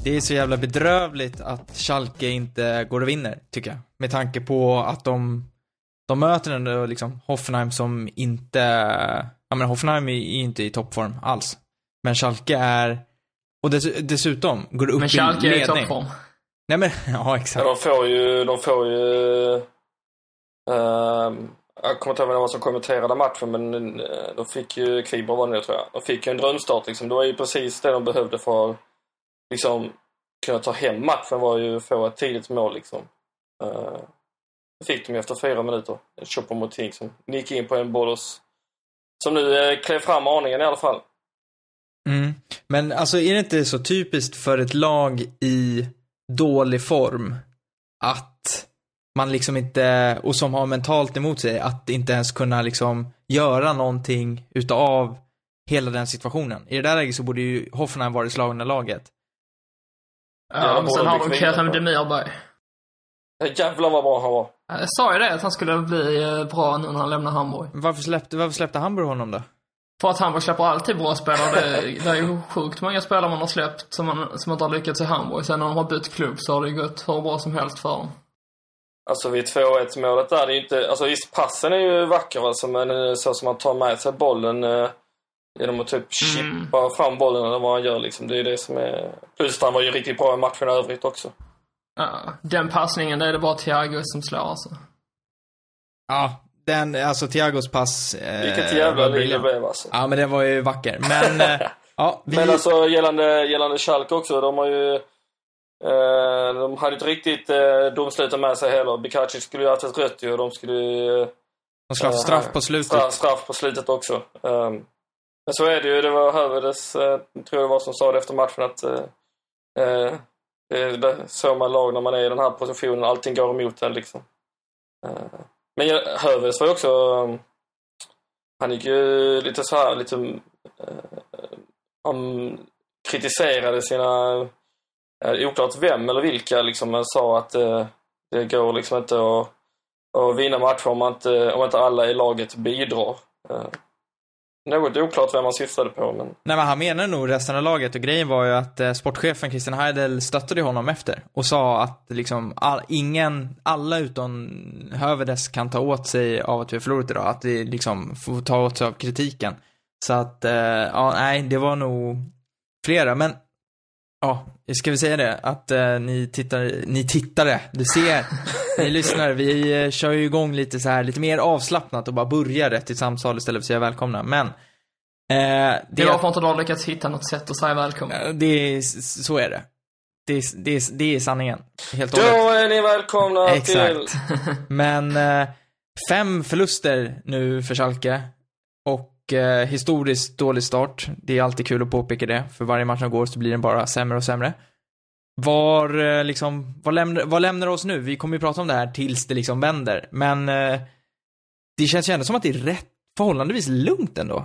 det är så jävla bedrövligt att Schalke inte går och vinner, tycker jag. Med tanke på att de möter ändå liksom Hoffenheim som inte... Ja, men Hoffenheim är inte i toppform alls. Men Schalke är... Och dessutom går det upp i ledning. Men Schalke är i toppform. Nej men, ja exakt. Ja, de får ju jag kommer inte ihåg vad som kommenterade matchen, men de fick ju Kviber var det, tror jag. De fick ju en drömstart liksom. Det var ju precis det de behövde för att liksom kunna ta hem matchen, var ju få ett tidigt mål liksom. Det fick de efter 4 minuter. Choupo-Moting som gick in på en Bodos som nu klev fram aningen i alla fall. Men alltså är det inte så typiskt för ett lag i dålig form att man liksom inte, och som har mentalt emot sig, att inte ens kunna liksom göra någonting utav hela den situationen. I det där läget så borde ju Hoffenheim vara i slagna laget. Ja, men sen har de Kerem Demirberg. Jävlar vad bra han var. Jag sa ju det, att han skulle bli bra nu när han lämnar Hamburg. Varför släppte Hamburg honom då? För att Hamburg släpper alltid bra spelare. Det är ju sjukt många spelare man har släppt som inte har lyckats i Hamburg. Sen när de har bytt klubb så har det gått hur bra som helst för dem. Alltså vid 2-1 målet där, det är inte, alltså visst, passen är ju vacker alltså, men så som man tar med sig bollen genom att typ chippa fram bollen eller vad han gör liksom, det är det som är, plus han var ju riktigt bra i matchen i övrigt också. Ja, den passningen, det är det bara Thiago som slår alltså. Ja, alltså Thiagos pass vilket jävla liv det blev alltså. Ja, men det var ju vacker. Men ja, men alltså gällande Schalke också, de har ju de hade inte riktigt domslutet med sig heller. Bikacic skulle ju ha haft ett rött och de skulle ha straff på slutet. Straff på slutet också. Men så är det ju, det var Hövedes, tror jag det var som sa det efter matchen, att det så man lag när man är i den här positionen, allting går emot en liksom. Men Hövedes var ju också, han gick ju lite så här, han kritiserade sina, oklart vem eller vilka liksom, man sa att det går liksom inte att vinna matcher om inte alla i laget bidrar. Något oklart vem man syftade på. Men... Nej, men han menar nog resten av laget, och grejen var ju att sportchefen Christian Heidel stöttade honom efter och sa att liksom alla utom Hövedes kan ta åt sig av att vi har förlorat idag, att vi liksom får ta åt sig av kritiken. Så att det var nog flera, men ja, ska vi säga det att ni tittare, du ser, ni lyssnar, vi kör ju igång lite så här, lite mer avslappnat och bara börjar rätt i samtal istället för att säga välkomna, men det var för att du har lyckats hitta något sätt att säga välkomna. Så är det. Det är sanningen. Helt då är ni välkomna. Exakt. Men 5 förluster nu för Schalke och historiskt dålig start. Det är alltid kul att påpeka det. För varje match som går så blir den bara sämre och sämre. Vad lämnar oss nu? Vi kommer ju prata om det här tills det liksom vänder. Men det känns ju ändå som att det är rätt förhållandevis lugnt ändå.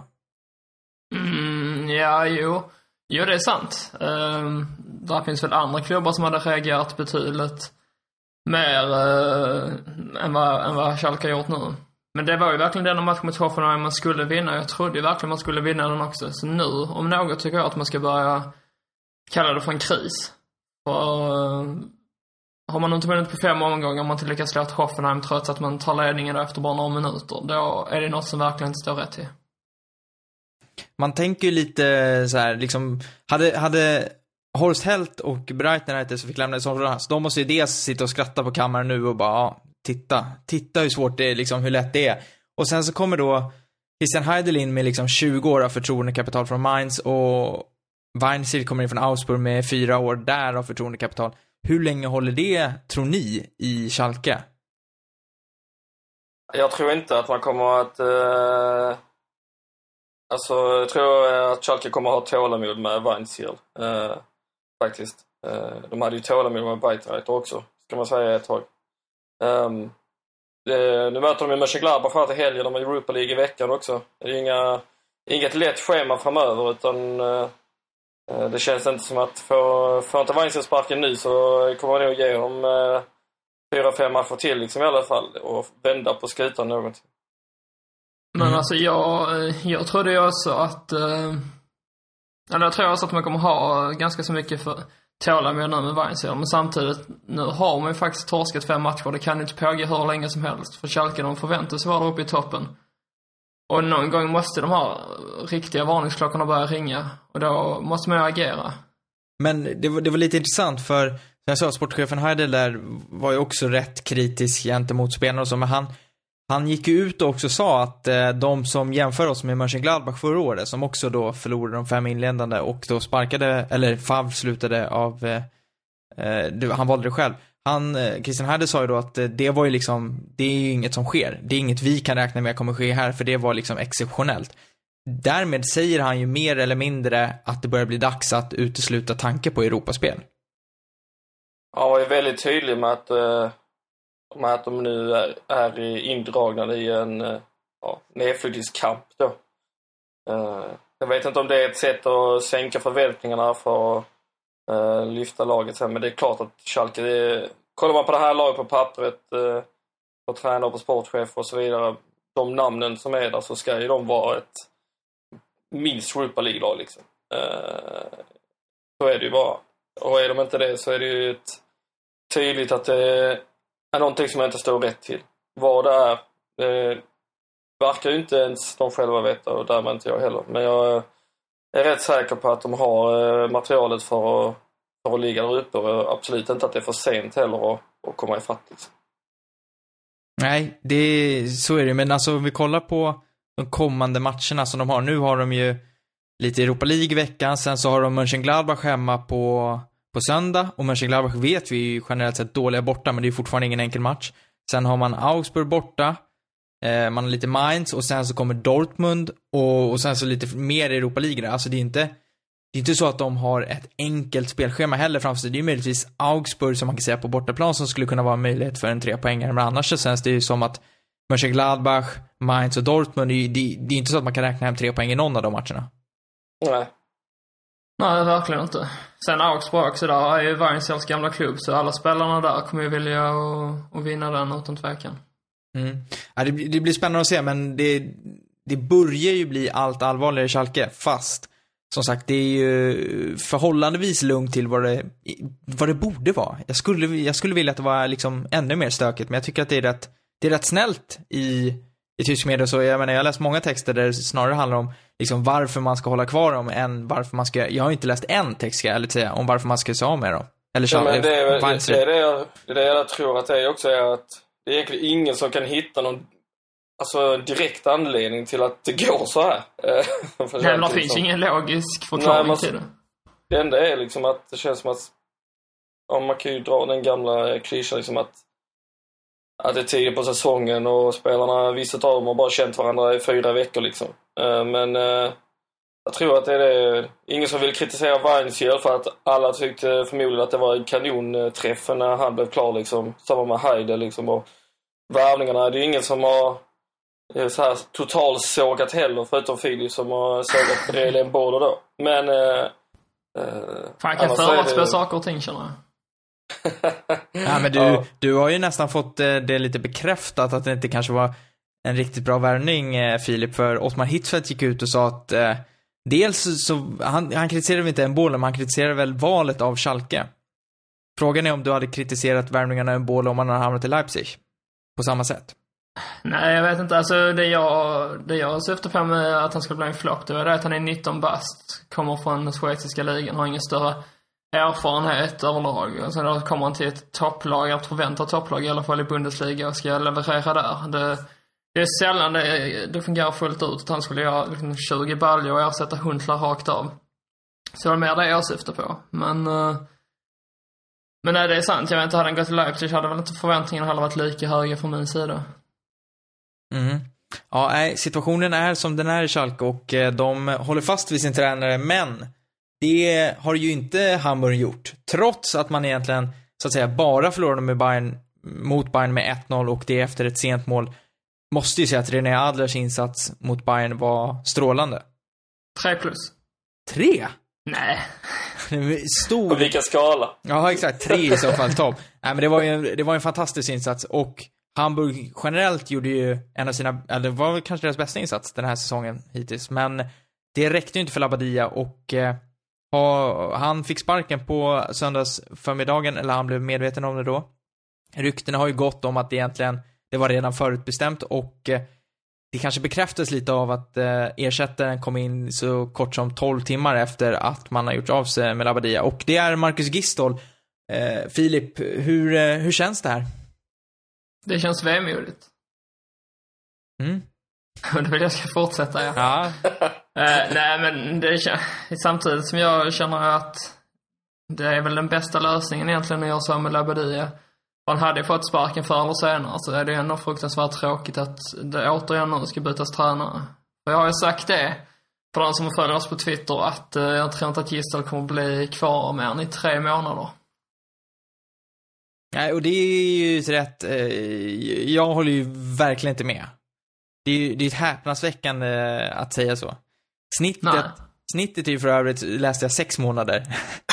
Jo, det är sant. Där finns väl andra klubbar som hade reagerat betydligt mer än vad Schalke har gjort nu. Men det var ju verkligen den match mot Hoffenheim man skulle vinna. Jag trodde ju verkligen man skulle vinna den också. Så nu, om något, tycker jag att man ska börja kalla det för en kris. För har man inte vunnit på 5 omgångar, om man inte lyckas slå ett Hoffenheim trots att man tar ledningen efter bara några minuter, då är det något som verkligen inte står rätt till. Man tänker ju lite så här, liksom, hade Horst Held och Breitner inte så fick lämna det som så de måste ju dels sitta och skratta på kameran nu och bara, titta hur svårt det är, liksom, hur lätt det är. Och sen så kommer då Christian Heidel in med liksom 20 år av förtroendekapital från Mainz, och Weinziel kommer in från Augsburg med 4 år där av förtroendekapital. Hur länge håller det, tror ni, i Schalke? Jag tror inte att man kommer att jag tror att Schalke kommer att ha tålamod med Weinziel faktiskt. De hade ju tålamod med Breitreiter också, ska man säga, ett tag. Nu möter de med Mönchengladbach för att helgen, de har Europa League i veckan också. Det är inget lätt schema framöver, utan det känns inte som att får inte Weinziel sparken nu, så kommer jag nog ge dem 4-5 matcher till liksom, i alla fall, och vända på skutan någonting. Men alltså jag trodde ju också att jag tror också att man kommer ha ganska så mycket tålamod nu med Weinziel. Men samtidigt, nu har man ju faktiskt torskat 5 matcher. Det kan inte pågå hur länge som helst. För Schalke, de förväntas vara uppe i toppen. Och någon gång måste de här riktiga varningsklockorna börja ringa. Och då måste man ju agera. Men det var lite intressant, för som jag sa, sportchefen Heidel där var ju också rätt kritisk gentemot spelarna och så, men han gick ju ut och också sa att de som jämför oss med Mönchengladbach förra året, som också då förlorade de 5 inledande och då sparkade, eller Favre slutade av, han valde det själv. Christian Heidel sa ju då att det var ju liksom, det är ju inget som sker. Det är inget vi kan räkna med kommer ske här, för det var liksom exceptionellt. Därmed säger han ju mer eller mindre att det börjar bli dags att utesluta tanke på Europaspel. Han var ju väldigt tydlig med att de nu är indragna i en nedflyttningskamp då. Jag vet inte om det är ett sätt att sänka förväntningarna för att lyfta laget sen, men det är klart att Schalke, kollar man på det här laget på pappret, på tränare, på sportchef och så vidare, de namnen som är där, så ska ju de vara ett minst Europa League-lag liksom. Så är det ju bara. Och är de inte det, så är det ju tydligt att det är någonting som inte står rätt till. Vad det är, verkar ju inte ens de själva veta, och därmed inte jag heller. Men jag är rätt säker på att de har materialet för att ligga där uppe, och absolut inte att det är för sent heller att komma ifatt liksom. Nej, så är det. Men alltså, om vi kollar på de kommande matcherna som de har. Nu har de ju lite Europa League i veckan. Sen så har de Mönchengladbach hemma på söndag. Och Mönchengladbach vet vi ju generellt sett dåliga borta, men det är fortfarande ingen enkel match. Sen har man Augsburg borta. Man har lite Mainz, och sen så kommer Dortmund och sen så lite mer Europa League. Alltså det är inte så att de har ett enkelt spelschema heller framför sig. Det är ju möjligtvis Augsburg som man kan säga på bortaplan som skulle kunna vara en möjlighet för en 3-poängare. Men annars så känns det ju som att Mönchengladbach, Mainz och Dortmund, det är inte så att man kan räkna hem 3 poäng i någon av de matcherna. Nej, verkligen inte. Sen Augsburg också, där är ju Weinziels gamla klubb, så alla spelarna där kommer ju vilja att vinna den utan tvekan. Ja, det blir spännande att se, men det börjar ju bli allt allvarligare i Schalke, fast som sagt, det är ju förhållandevis lugnt till vad det borde vara. Jag skulle vilja att det var liksom ännu mer stökigt, men jag tycker att det är rätt snällt i tysk media. Så jag har läst många texter där det snarare handlar om liksom varför man ska hålla kvar dem än varför man ska. Jag har inte läst en text, ska jag ärligt säga, om varför man ska se av med dem. Eller så, men det är det jag tror att det också är, att det är egentligen ingen som kan hitta någon direkt anledning till att det går så här. Nej, men det finns ingen logisk förklaring till det. Det enda är liksom att det känns som att, om man kan ju dra den gamla klyschan liksom att det är tidigt på säsongen och spelarna, vissa av dem har bara känt varandra i 4 veckor liksom. Men jag tror att det är ingen som vill kritisera Weinziel, för att alla tyckte förmodligen att det var en kanonträff när han blev klar liksom. Samma med Heidel liksom, och värvningarna. Det är ingen som har så här totalt sågat heller, förutom Filip som har sågat Relén båda då. Men fan, kan förutspå saker och ting, känner jag. Ja, men du har ju nästan fått det lite bekräftat att det inte kanske var en riktigt bra värvning, Filip, för Ottmar Hitzfeldt gick ut och sa att dels så han kritiserade inte en boll, men han kritiserade väl valet av Schalke. Frågan är om du hade kritiserat värvningarna en boll om man hade hamnat i Leipzig på samma sätt. Nej, jag vet inte. Alltså det jag syftar på med att han skulle bli en flopp, det var det att han är 19 bast, kommer från den schweiziska ligan, har ingen större erfarenhet överlag. Alltså då kommer han till ett topplag, ett förväntat topplag i alla fall i Bundesliga, och ska leverera där. Det är sällan det fungerar fullt ut att han skulle göra liksom 20 baljor och ersätta Huntler rakt av. Så det är mer det jag syftar på. Men nej, det är sant. Jag vet inte, hade han gått till Leipzig hade väl inte förväntningarna heller varit lika höga från min sida. Ja, situationen är som den är i Schalke, och de håller fast vid sin tränare, men det har ju inte Hamburg gjort. Trots att man egentligen så att säga bara förlorade mot Bayern med 1-0, och det efter ett sent mål. Måste ju säga att René Adlers insats mot Bayern var strålande. 3+. 3? Nej. Stor. På vilka skala? Ja, exakt. 3 i så fall, topp. Nej, men det var en fantastisk insats, och Hamburg generellt gjorde ju en av sina, eller det var kanske deras bästa insats den här säsongen hittills, men det räckte ju inte för Labadia, och Han fick sparken på söndags förmiddagen, eller han blev medveten om det då. Ryktena har ju gått om att egentligen det var redan förutbestämt, och det kanske bekräftas lite av att ersättaren kom in så kort som 12 timmar efter att man har gjort av sig med Labadia. Och det är Marcus Gistol. Filip, hur känns det här? Det känns vemodigt. Det vill jag ska fortsätta, ja. Nej, men det samtidigt som jag känner att det är väl den bästa lösningen egentligen att göra så med Labadia. Han hade fått sparken förr eller senare, så är det ändå fruktansvärt tråkigt att det återigen nu ska bytas tränare. För jag har ju sagt det för de som följer oss på Twitter att jag tror inte att Gistol kommer bli kvar mer än i 3 månader. Nej, och det är ju rätt. Jag håller ju verkligen inte med. Det är ett häpnadsväckande att säga så. Snittet är ju för övrigt, läste jag 6 månader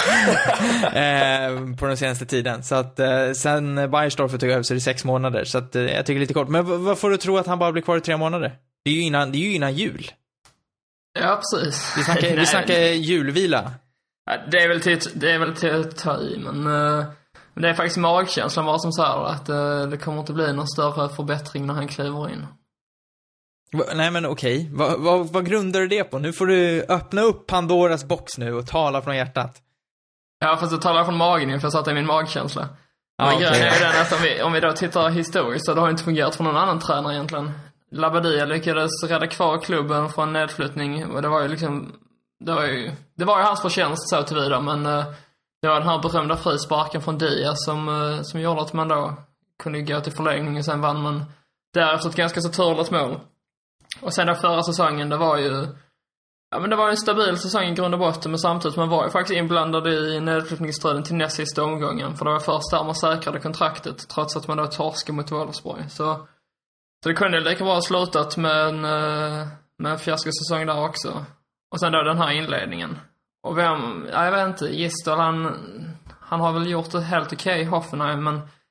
på den senaste tiden. Så att sen Beiersdorfer tog över så är det 6 månader. Så att jag tycker lite kort. Men vad får du tro att han bara blir kvar i 3 månader? Det är ju innan jul. Ja, precis. Vi snackar julvila. Det är väl till att ta i, men det är faktiskt magkänslan var som säger att det kommer inte bli någon större förbättring när han kliver in. Nej, men okej. Vad grundar du det på? Nu får du öppna upp Pandoras box nu och tala från hjärtat. Ja, fast jag talar från magen för jag satt i min magkänsla. Men grejen är den att om vi då tittar historiskt så det har inte fungerat för någon annan tränare egentligen. Labadia lyckades rädda kvar klubben från nedflyttning, och det var ju liksom det var ju hans förtjänst så tillvida, men det var den här berömda frisparken från Diaz som gjorde att man då kunde gå till förlängning, och sen vann man därefter ett ganska så turligt mål. Och sen den förra säsongen, det var ju en stabil säsong i grund och botten, men samtidigt man var ju faktiskt inblandad i nedflyttningsstriden till näst sista omgången, för det var först där man säkrade kontraktet trots att man då torskade mot Wolfsburg. Så det kunde lika bra ha slutat med en fiaskosäsong där också. Och sen då den här inledningen. Och jag vet inte, Gistol han har väl gjort det helt okej i Hoffenheim,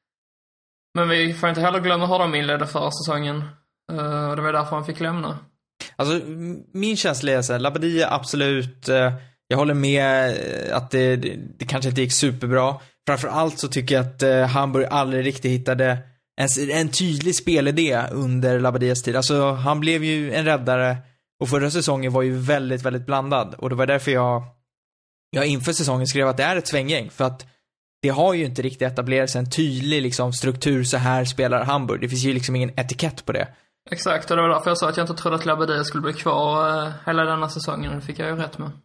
men vi får inte heller glömma hur de inledde förra säsongen. Och det var därför han fick lämna. Alltså, min känsla är så här, Labadia absolut, jag håller med att det kanske inte gick superbra. Framförallt så tycker jag att Hamburg aldrig riktigt hittade en tydlig spelidé under Labadias tid. Alltså, han blev ju en räddare, och förra säsongen var ju väldigt, väldigt blandad. Och det var därför jag inför säsongen skrev att det är ett svänggäng, för att det har ju inte riktigt etablerat sig en tydlig liksom, struktur, så här spelar Hamburg. Det finns ju liksom ingen etikett på det. Exakt, och det var därför jag sa att jag inte trodde att Labadia skulle bli kvar hela denna säsongen. Det fick jag ju rätt med.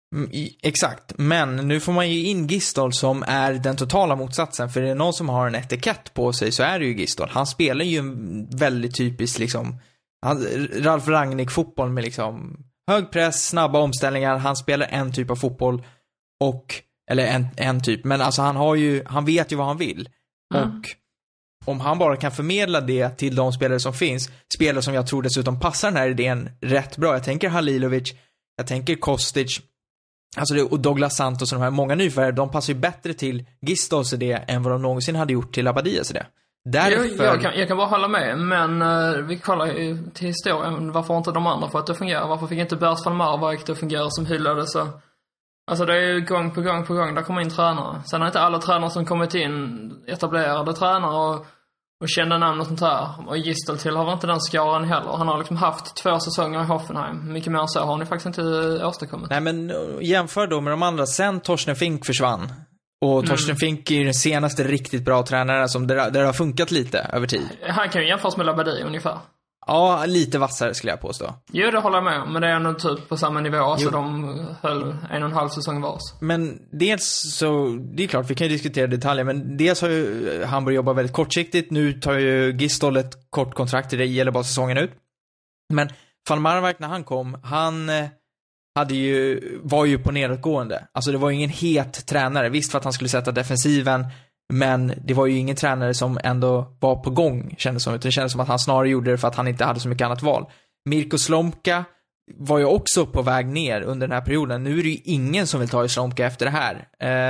Exakt, men nu får man ju in Gistol som är den totala motsatsen. För det är någon som har en etikett på sig, så är det ju Gistol. Han spelar ju en väldigt typisk liksom, Ralf Rangnick-fotboll med liksom hög press, snabba omställningar. Han spelar en typ av fotboll, eller en typ, men alltså han vet ju vad han vill. Och om han bara kan förmedla det till de spelare som finns, spelare som jag tror dessutom passar den här idén rätt bra. Jag tänker Halilovic, jag tänker Kostic, alltså och Douglas Santos och de här många nyförvärv, de passar ju bättre till Gistols idé än vad de någonsin hade gjort till Labadias idé. Jag kan bara hålla med, men vi kollar ju till historien, varför inte de andra för att det fungerar? Varför fick inte Bert van Marwijk att fungera som hyllade så? Alltså det är ju gång på gång där kommer in tränare. Sen är inte alla tränare som kommit in etablerade tränare och kända namn och sånt här. Och Gistol tillhör inte den skaran heller. Han har liksom haft 2 säsonger i Hoffenheim. Mycket mer än så har han ju faktiskt inte åstadkommit. Nej, men jämför då med de andra. Sen Torsten Fink försvann. Och Torsten Fink är ju den senaste riktigt bra tränaren som det har funkat lite över tid. Han kan ju jämföras med Labadia ungefär. Ja, lite vassare skulle jag påstå. Jo, det håller jag med om, men det är ändå typ på samma nivå. Så de höll 1,5 säsong vars. Men dels så, det är klart, vi kan ju diskutera detaljer, men dels har ju Hamburg jobbat väldigt kortsiktigt. Nu tar ju Gistol ett kort kontrakt, det gäller bara säsongen ut. Men van Marwijk när han kom, han var ju på nedåtgående. Alltså det var ju ingen het tränare. Visst för att han skulle sätta defensiven, men det var ju ingen tränare som ändå var på gång, kändes som. Det kändes som att han snarare gjorde det för att han inte hade så mycket annat val. Mirko Slomka var ju också på väg ner under den här perioden. Nu är det ju ingen som vill ta i Slomka efter det här.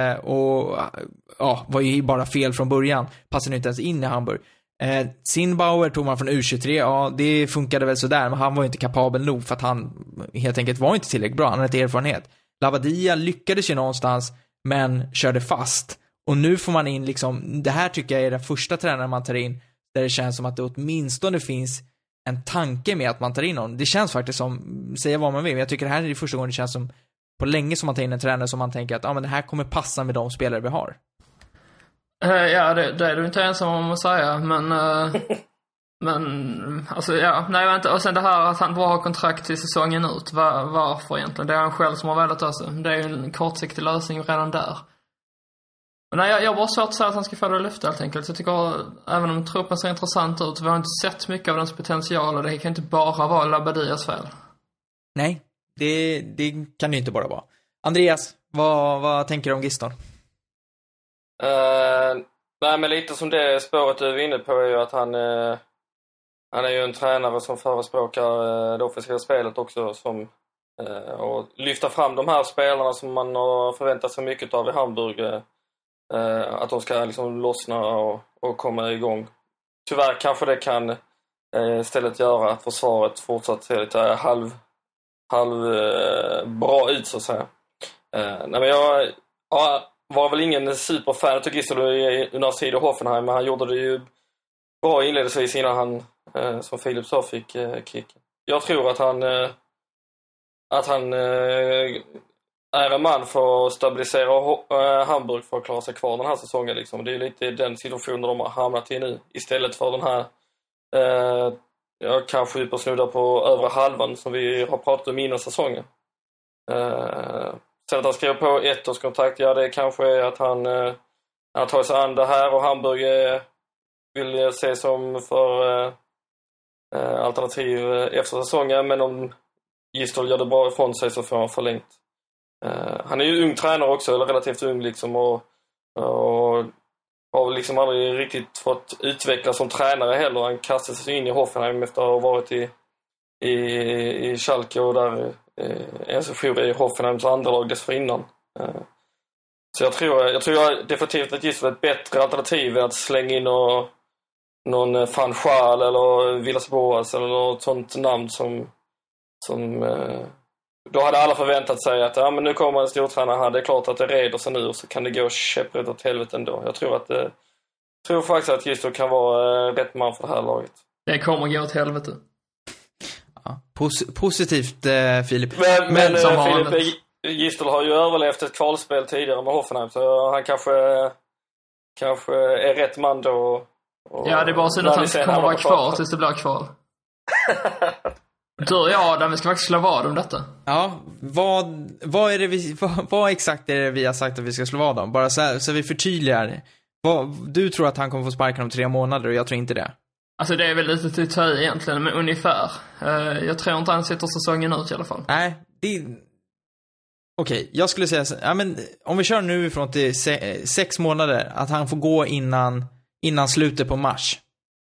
Var ju bara fel från början. Passade inte ens in i Hamburg. Zinnbauer tog man från U23. Ja, det funkade väl sådär, men han var ju inte kapabel nog för att han helt enkelt var inte tillräckligt bra. Han hade inte erfarenhet. Labadia lyckades ju någonstans, men körde fast. Och nu får man in liksom, det här tycker jag är den första tränaren man tar in, där det känns som att det åtminstone finns en tanke med att man tar in någon. Det känns faktiskt som, säga vad man vill, men jag tycker det här är det första gången det känns som på länge som man tar in en tränare som man tänker att men det här kommer passa med de spelare vi har. Ja, det är du inte ensam om att säga, men alltså ja, nej vänta. Och sen det här att han bara har kontrakt till säsongen ut, varför egentligen? Det är han själv som har velat alltså. Det är ju en kortsiktig lösning redan där. Men nej, jag har bara svårt att säga att han ska få det lyfta helt enkelt. Så jag tycker, även om truppen ser intressant ut, vi har inte sett mycket av dens potential, och det kan inte bara vara Labadias fel. Nej, det kan det inte bara vara. Andreas, vad tänker du om Gistor? Nej, men lite som det spåret du är inne på är ju att han är ju en tränare som förespråkar det offensiva spelet också, som och lyfta fram de här spelarna som man har förväntat sig mycket av i Hamburg, att de ska liksom lossna och komma igång. Tyvärr kanske det kan istället göra att försvaret fortsatt ser lite halv bra ut så att säga. Nej, men jag var väl ingen superfan av Gistor under sin tid i Hoffenheim, men han gjorde det ju bra inledningsvis innan han, som Filip sa, fick kicken. Jag tror att han är en man för att stabilisera Hamburg för att klara sig kvar den här säsongen. Liksom. Det är lite den situationen de har hamnat i nu. Istället för den här kanske på snudda på övre halvan som vi har pratat om innan säsongen. Sen att han skrev på 1-årskontrakt, ja det kanske är att han tar sig an det här, och Hamburg vill se som för alternativ efter säsongen, men om Gistor gör det bra ifrån sig så får han förlängt. Han är ju ung tränare också, eller relativt ung liksom, och har liksom aldrig riktigt fått utvecklas som tränare heller. Han kastade sig in i Hoffenheim efter att ha varit i Schalke och där en session i Hoffenheims andra lag dessförinnan. Så jag tror definitivt att Gistor är ett bättre alternativ än att slänga in någon Van Schaal eller Villas Boas eller något sånt namn som då hade alla förväntat sig att men nu kommer en stortränare här, det är klart att det reder sig nu och så kan det gå käpprätt åt helvete ändå. Jag tror faktiskt att Gistor kan vara rätt man för det här laget. Det kommer gå åt helvete. Ja, positivt Filip. Men Filip, Gistor har ju överlevt ett kvalspel tidigare med Hoffenheim, så han kanske är rätt man då. Ja, det är bara synd att han kommer vara kvar tills det blir kval. Du och jag, Adam, vi ska faktiskt slå vad om detta. Ja, vad exakt är det vi har sagt att vi ska slå vad om? Bara så vi förtydligar. Du tror att han kommer få sparken om 3 månader och jag tror inte det. Alltså det är väl lite till ta egentligen, men ungefär. Jag tror inte han sitter säsongen ut i alla fall. Nej, Okej, jag skulle säga så, men om vi kör nu ifrån till 6 månader, att han får gå innan slutet på mars.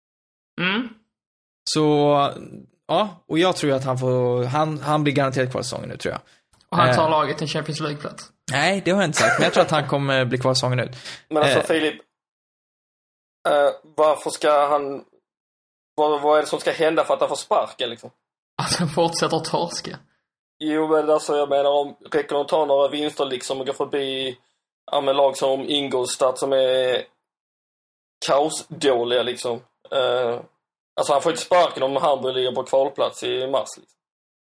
Så ja, och jag tror att han blir garanterat kvar säsongen nu, tror jag. Och han tar laget till Champions League-plats. Nej, det har jag inte sagt, men jag tror att han kommer bli kvar säsongen ut. Men alltså Filip, varför ska han, vad är det som ska hända för att han får sparken liksom? Att han fortsätter att torska. Jo, men alltså jag menar, om räcker att ta några vinster liksom och gå förbi med lag som Ingolstadt som är kaosdåliga liksom. Alltså han får inte sparken om Hamburg ligger på kvalplats i mars liksom.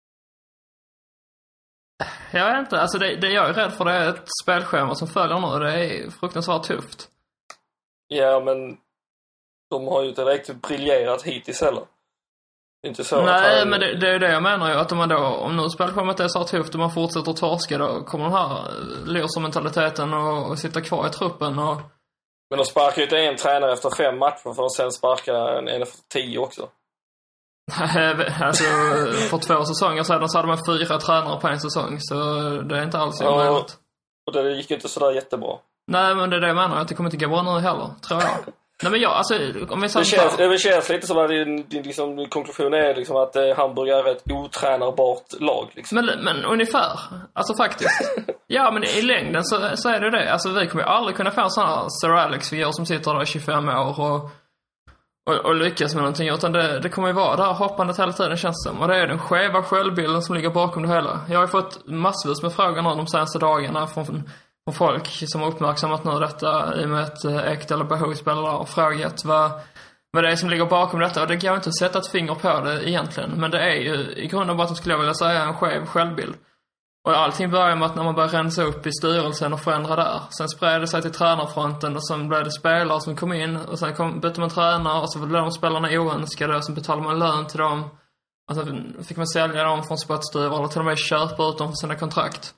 Jag vet inte, alltså det jag är rädd för, det är ett spelschema som följer nu. Det är fruktansvärt tufft. Ja, men de har ju inte direkt briljerat hittills heller. Inte så. Nej, men det är det jag menar ju, att om nu spelschemat är så tufft och man fortsätter torska, då kommer den här loser-mentaliteten och sitta kvar i truppen och... Men de sparkar ju inte en tränare efter 5 matcher för att sen sparka en efter 10 också. Alltså, för 2 säsonger sedan så hade man 4 tränare på en säsong, så det är inte alls omöjligt. Och det gick ju inte sådär jättebra. Nej, men det är det jag menar, att det kommer inte gå bra nu heller, tror jag. Nej, men alltså, om vi det känns lite som att din konklusion är liksom att Hamburg är ett otränarbart lag liksom. Men ungefär, alltså faktiskt. Ja, men i längden så är det det. Alltså vi kommer ju aldrig kunna få sådana Sir Alex-figurer som sitter där i 25 år och lyckas med någonting, utan det kommer ju vara där hoppandet hela tiden, känns som. Och det är den skeva självbilden som ligger bakom det hela. Jag har ju fått massvis med frågor de senaste dagarna från folk som har uppmärksammat nu detta i och med att Ekdal eller Bahoui spelar och frågat vad det är som ligger bakom detta. Och det går inte att sätta ett finger på det egentligen, men det är ju i grund och botten, skulle jag vilja säga, en skev självbild. Och allting börjar med att när man börjar rensa upp i styrelsen och förändra där. Sen spred det sig till tränarfronten och sen blev det spelare som kom in. Och sen bytte man tränare och så blev de spelarna oönskade och så betalade man lön till dem. Och sen fick man sälja dem från spottstyver eller till och med köpa ut dem för sina kontrakt.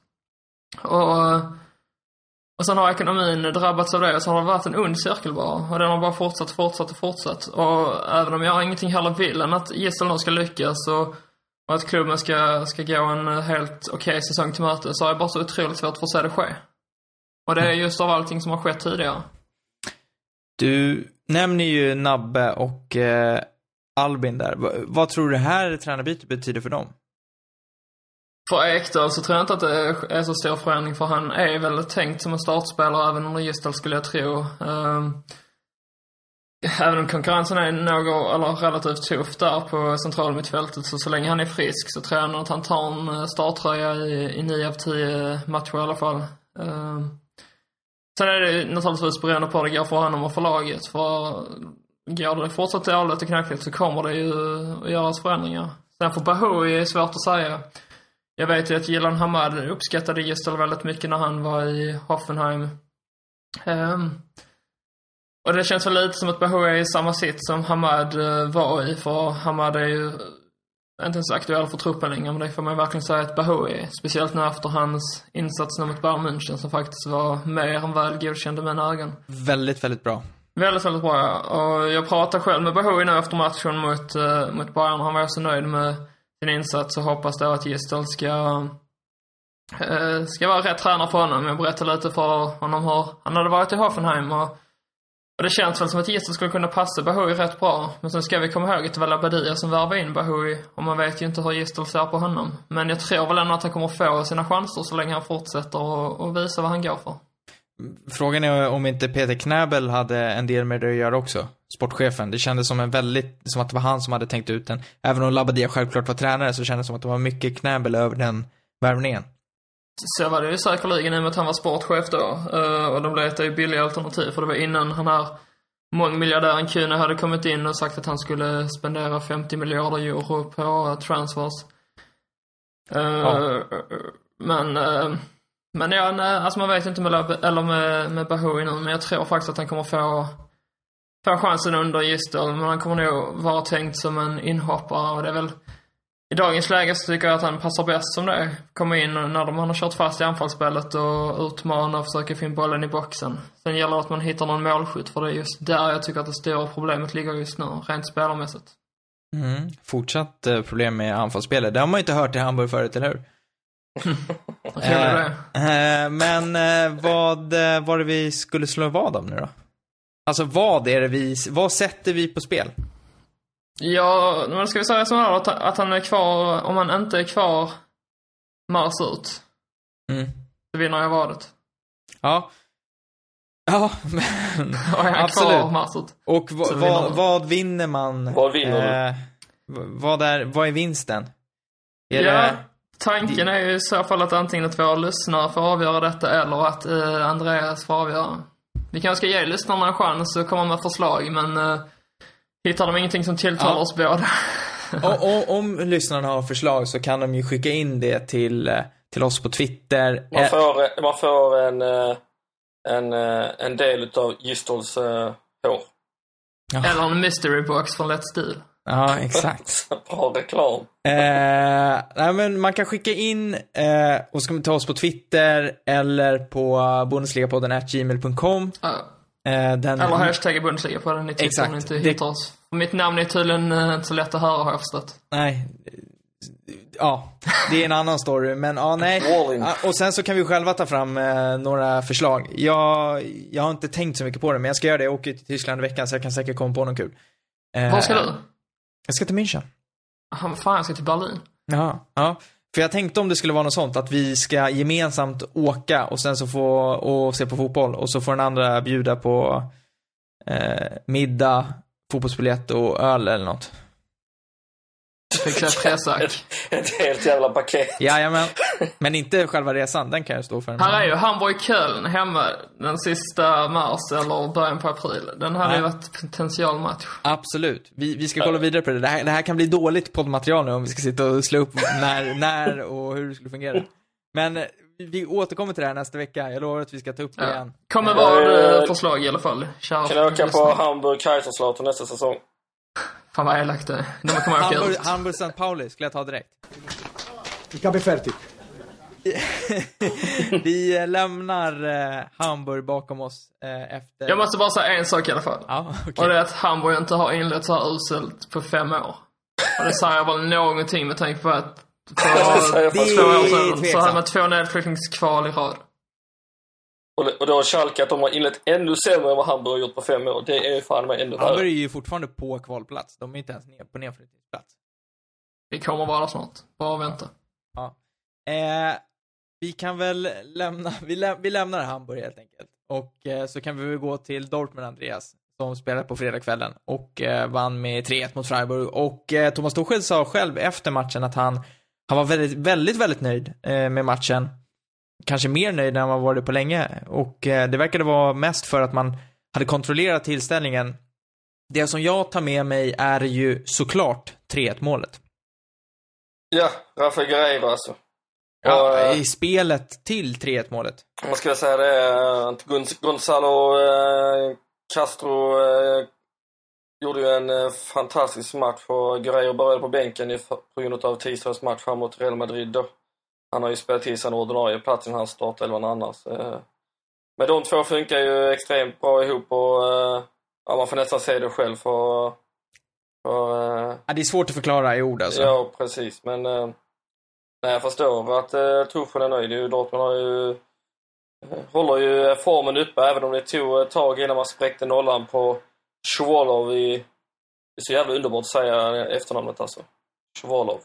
Och sen har ekonomin drabbats av det, och så har det varit en ond cirkel bara. Och den har bara fortsatt. Och även om jag ingenting heller vill än att Gistel ska lyckas och att klubben ska gå en helt okej säsong till möte, så är det bara så otroligt svårt för att se det ske. Och det är just av allting som har skett tidigare. Du nämner ju Nabbe och Albin där. Vad tror du det här tränarbytet betyder för dem? För Ekdal så tror jag inte att det är så stor förändring, för han är väl tänkt som en startspelare även under Gistel, skulle jag tro. Även om konkurrensen är relativt tuff där på centralmittfältet, så länge han är frisk så tror jag att han tar en starttröja i 9 av 10 matcher i alla fall. Sen är det naturligtvis beroende på det går för honom och för laget. För går det fortsatt dåligt och knackligt så kommer det ju att göras förändringar. Sen för Bahoui är det svårt att säga. Jag vet ju att Gillan Hamad uppskattade Gistel väldigt mycket när han var i Hoffenheim. Och det känns väl lite som att Bahoui är i samma sitt som Hamad var i. För Hamad är ju inte ens aktuell för truppen längre, men det får man verkligen säga att Bahoui, speciellt nu efter hans insats mot Bayern München, som faktiskt var mer än väl godkänd med mina ögon. Väldigt, väldigt bra. Väldigt, väldigt bra, ja. Och jag pratade själv med Bahoui nu efter matchen mot Bayern. Han var så nöjd med sin insats och hoppas då att Gistel ska vara rätt tränare för honom. Jag berättade lite för honom hur han hade varit i Hoffenheim, och det känns väl som att Gistel skulle kunna passa Bahoui rätt bra. Men sen ska vi komma ihåg att det var Labadia som värvade in Bahoui, och man vet ju inte hur Gistel ser på honom. Men jag tror väl ändå att han kommer få sina chanser så länge han fortsätter och visa vad han går för. Frågan är om inte Peter Knäbel hade en del med det att göra också, sportchefen. Det kändes som att det var han som hade tänkt ut den. Även om Labadia självklart var tränare, så kändes det som att det var mycket Knäbel över den värvningen. Så var det ju säkerligen i och med att han var sportchef då. Och de letade ju billiga alternativ, för det var innan han här mångmiljardären Kuhne hade kommit in och sagt att han skulle spendera 50 miljarder euro på transfers. Men ja, nej, alltså man vet inte med Bahoui nu, men jag tror faktiskt att han kommer få chansen under Gistel, men han kommer nog vara tänkt som en inhoppare, och det är väl i dagens läge så tycker jag att han passar bäst som det. Kommer in när han har kört fast i anfallsspelet och utmanar och försöker få in bollen i boxen. Sen gäller det att man hittar någon målskytt, för det är just där jag tycker att det stora problemet ligger just nu, rent spelarmässigt. Fortsatt problem med anfallsspelet. Det har man inte hört i Hamburg förut, eller hur? Men vad var det vi skulle slå vad om nu då? Alltså vad sätter vi på spel? Ja, men ska vi säga så här att han är kvar, om han inte är kvar mars ut. Så vinner jag vadet. Ja, men absolut. Kvar mars ut. Och vad vinner man? Vad vinner vad är vinsten? Tanken är ju i så fall att antingen att våra lyssnare får avgöra detta, eller att Andreas får avgöra. Vi kanske ska ge lyssnarna en chans att komma med förslag, men hittar de ingenting som tilltalar oss båda. Om lyssnarna har förslag så kan de ju skicka in det till oss på Twitter. Man får en del av Gistels hår. Ja. Eller en mystery box från Let's Deal. Ja, exakt. Bra reklam. Nej, men man kan skicka in och ska ta oss på Twitter eller på bundesligapodden@gmail.com. Eller hashtag Bundesligapodden i Twitter om ni inte hittar oss. Mitt namn är tydligen inte så lätt att höra, har jag förstått. Nej. Ja, det är en annan story. Men nej. Och sen så kan vi själva ta fram några förslag. Jag har inte tänkt så mycket på det, men jag ska göra det. Jag åker till Tyskland i veckan, så jag kan säkert komma på någon kul. Var ska du? Jag ska till München. Fan, jag ska till Berlin. Ja. För jag tänkte om det skulle vara något sånt, att vi ska gemensamt åka och sen så få se på fotboll, och så får den andra bjuda på middag fotbollsbiljett och öl eller något. Fick jag träsack. Ett helt jävla paket. Jajamän. Men inte själva resan, den kan jag stå för. Här är ju Hamburg-Köln hemma den sista mars eller början på april. Den hade ju varit potentialmatch. Absolut. Vi ska kolla vidare på det. Det här kan bli dåligt poddmaterial nu om vi ska sitta och slå upp när och hur det skulle fungera. Men vi återkommer till det här nästa vecka. Jag lovar att vi ska ta upp det igen. Kommer vara förslag i alla fall. Kan jag åka på Hamburg-Kaiserslautern nästa säsong? Fan vad elakt det. De kommer åka ut. Hamburg-St. Pauli skulle jag ta direkt. Vi kan bli färdigt. Vi lämnar Hamburg bakom oss efter... Jag måste bara säga en sak i alla fall. Ja, okay. Och det är att Hamburg inte har inlett så här uselt på 5 år. Och det säger väl någonting med tanke på att för 2 år sedan så hade man 2 nedflyttningskval i rad. Och då har Schalke att de har inlett ännu sämre än vad Hamburg har gjort på 5 år. Det är ju fan med ännu värre. Hamburg är ju fortfarande på kvalplats. De är inte ens på nedflyttningsplats. Vi kommer vara där snart. Bara vänta. Ja. Vi kan väl lämna... Vi lämnar Hamburg helt enkelt. Och så kan vi väl gå till Dortmund, Andreas. Som spelade på fredagskvällen. Och vann med 3-1 mot Freiburg. Och Thomas Tuchel sa själv efter matchen att han var väldigt, väldigt, väldigt nöjd med matchen. Kanske mer nöjd än man varit på länge. Och det verkade vara mest för att man hade kontrollerat tillställningen. Det som jag tar med mig är ju såklart 3-1 målet. Ja, Rafael Guerreiro alltså. Ja, i spelet till 3-1 målet. Man skulle säga det. Gonzalo Castro gjorde ju en fantastisk match. Och Guerreiro började på bänken på grund av tisdagens match fram mot Real Madrid då. Han har ju spelat till sin ordinarie plats i den här startelvan annars. Men de två funkar ju extremt bra ihop och ja, man får nästan se det själv för ja, det är svårt att förklara i ord alltså. Ja, precis. Men nej, jag förstår att Tuchel är nöjd. Dortmund håller ju formen uppe även om det tog ett tag innan man spräckte nollan på Shuvalov det är så jävla underbart att säga efternamnet alltså. Shuvalov.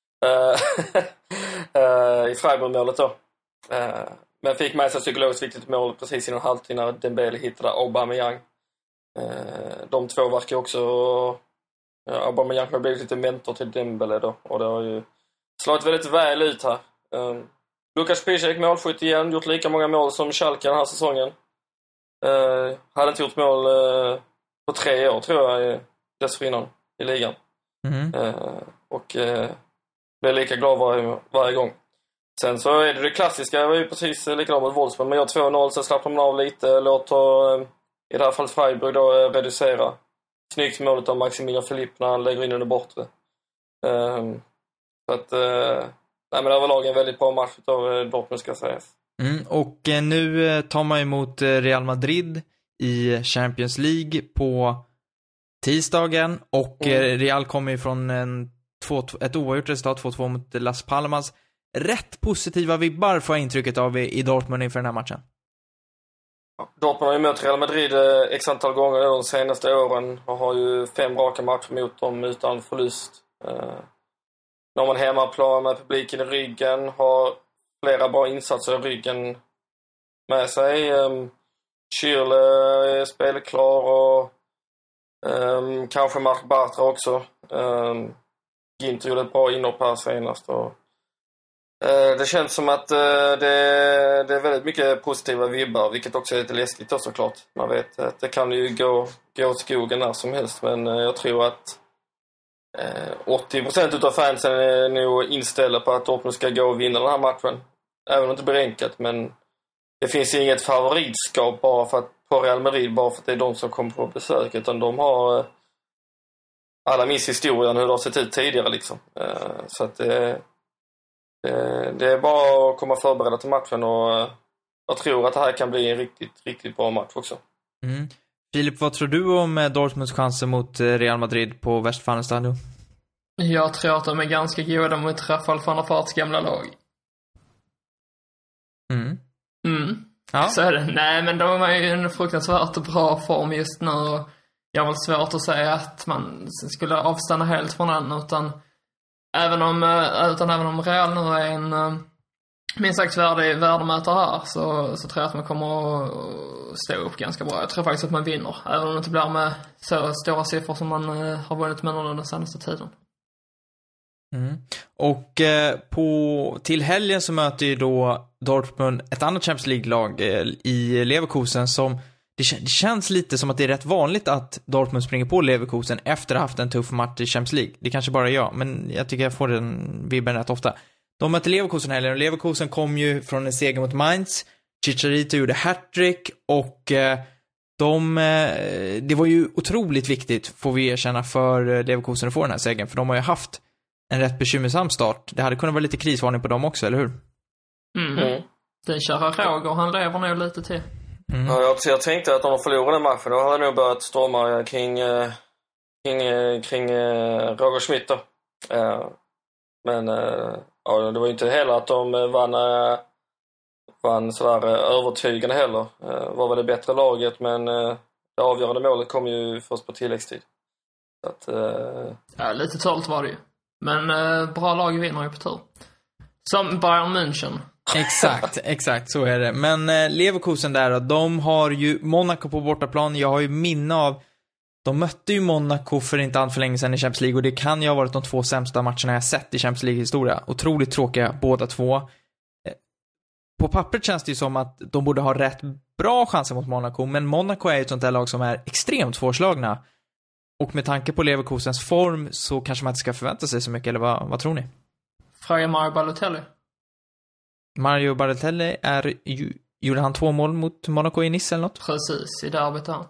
I Freiburg-målet då. Men fick med sig psykologiskt viktigt mål precis innan halvtid när Dembele hittade Aubameyang. De två verkar också... Aubameyang har blivit lite mentor till Dembele då. Och det har ju slagit väldigt väl ut här. Lukas Piszczek målskytt igen. Gjort lika många mål som Schalke den här säsongen. Hade inte gjort mål på 3 år tror jag dessförinnan i ligan. Och blir lika glad varje gång. Sen så är det klassiska. Jag var ju precis likadant mot Wolfsburg. Men jag 2-0, sen slappnar man av lite. Låter i det här fallet Freiburg då reducera. Snyggt målet av Maximilian Philippe när han lägger in under bortre. Så att nej, men överlag en väldigt bra match av Dortmund ska sägas. Och nu tar man emot Real Madrid i Champions League på tisdagen. Och Real kommer ju från ett oavgjort resultat 2-2 mot Las Palmas. Rätt positiva vibbar får jag intrycket av i Dortmund inför den här matchen. Dortmund har ju mött Real Madrid x antal gånger de senaste åren och har ju 5 raka matcher mot dem utan förlust. När man hemmaplan med publiken i ryggen, har flera bra insatser i ryggen med sig. Schürrle är spelklar och kanske Marc Bartra också. Ginter gjorde ett bra inhopp här senast. Och, det känns som att det är väldigt mycket positiva vibbar, vilket också är lite läskigt då, såklart. Man vet att det kan ju gå åt skogen när som helst, men jag tror att 80% utav fansen är nog inställda på att Dortmund ska gå och vinna den här matchen. Även om det inte blir enkelt, men det finns inget favoritskap bara för att, på Real Madrid bara för att det är de som kommer på besök, utan de har alla minns historien hur det har sett ut tidigare liksom. Så att det är bara att komma förbereda till matchen och jag tror att det här kan bli en riktigt, riktigt bra match också. Filip, vad tror du om Dortmunds chanser mot Real Madrid på Westfalenstadion? Jag tror att de är ganska goda mot Rafael van der Vaarts gamla lag. Ja. Så är det. Nej, men de är ju en fruktansvärt bra form just nu och jag har väl svårt att säga att man skulle avstanna helt från den, utan även om Real nu är en minst sagt värdemätare här så tror jag att man kommer att stå upp ganska bra. Jag tror faktiskt att man vinner. Även om det inte blir med så stora siffror som man har vunnit med under den senaste tiden. Och till helgen så möter ju då Dortmund ett annat Champions League-lag i Leverkusen som det känns lite som att det är rätt vanligt att Dortmund springer på Leverkusen efter att ha haft en tuff match i Champions League. Det kanske bara jag, men jag tycker jag får den vibben rätt ofta. De möter Leverkusen helgen och Leverkusen kom ju från en seger mot Mainz. Chicharito gjorde hattrick och det var ju otroligt viktigt, får vi erkänna, för Leverkusen att få den här segern, för de har ju haft en rätt bekymmersam start. Det hade kunnat vara lite krisvarning på dem också, eller hur? Den kära Roger, han lever nog lite till. Ja, jag tänkte att om de förlorade matchen då hade nog börjat storma kring Roger Schmidt då. Men ja, det var ju inte heller att de vann sådär övertygande heller. Var väl det bättre laget, men det avgörande målet kom ju först på tilläggstid. Så att, ja, lite tålt var det ju. Men bra lag vinner ju på tur. Som Bayern München. Exakt, så är det. Men Leverkusen där då, de har ju Monaco på bortaplan. Jag har ju minne av, de mötte ju Monaco för inte allt för länge sedan i Champions League, och det kan ju ha varit de 2 sämsta matcherna jag sett i Champions League-historia. Otroligt tråkiga båda två. På pappret känns det ju som att de borde ha rätt bra chanser mot Monaco, men Monaco är ju ett sånt där lag som är extremt svårslagna. Och med tanke på Leverkusens form så kanske man inte ska förvänta sig så mycket, eller vad tror ni? Fråga Mario Balotelli. Mario Balotelli gjorde han 2 mål mot Monaco i Nice eller något? Precis, i derbyt här.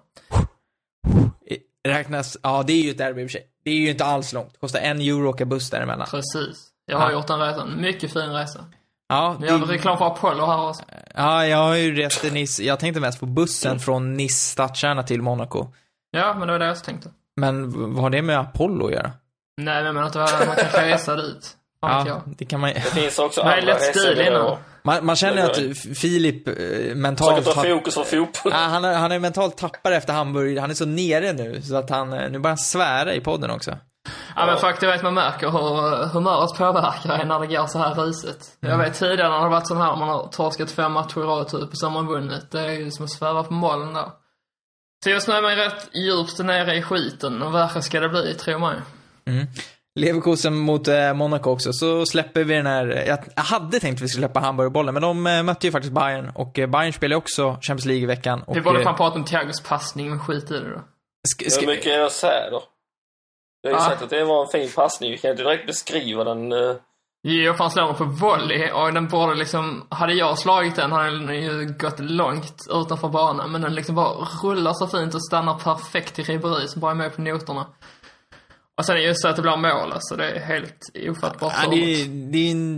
Räknas, ja det är ju ett derby i och för sig. Det är ju inte alls långt. Det kostar 1 euro åka buss däremellan. Precis, jag har gjort en resa. Mycket fin resa. Ja, jag har reklam för Apollo här också. Ja, jag har ju rest i Nice. Jag tänkte mest på bussen från Nice stadskärna till Monaco. Ja, men det var det jag tänkte. Men vad har det med Apollo att göra? Nej, men man kan resa dit. Ja, det kan man. Det finns också andra resor. Man känner att Filip mentalt fokus på fotboll. Han är mentalt tappare efter Hamburg. Han är så nere nu så att nu börjar svära i podden också. Ja, men faktiskt vet man märker hur humöret påverkar en när det går så här risigt. Jag vet tidigare när det har varit så här, man har torskat 5 matcher i rad typ och så har man vunnit. Det är ju som att sväva på målen där. Så just nu är man rätt djupt nere i skiten och värre ska det bli, tror man. Leverkusen mot Monaco också, så släpper vi den här. Jag hade tänkt att vi skulle släppa Hamburgbollen, men de mötte ju faktiskt Bayern, och Bayern spelar också Champions League i veckan. Och vi borde fan prata om Thiagos passning, men skit i det då. Hur mycket är det så här då? Jag har ju sagt att det var en fin passning. Vi kan inte direkt beskriva den. Jo, fan slår den på volley. Och den borde liksom, hade jag slagit den hade den ju gått långt utanför banan. Men den liksom bara rullar så fint och stannar perfekt i Ribéry som bara är med på noterna. Och sen är det just så att det blir mål, så det är helt ofattbart. Ja, det är en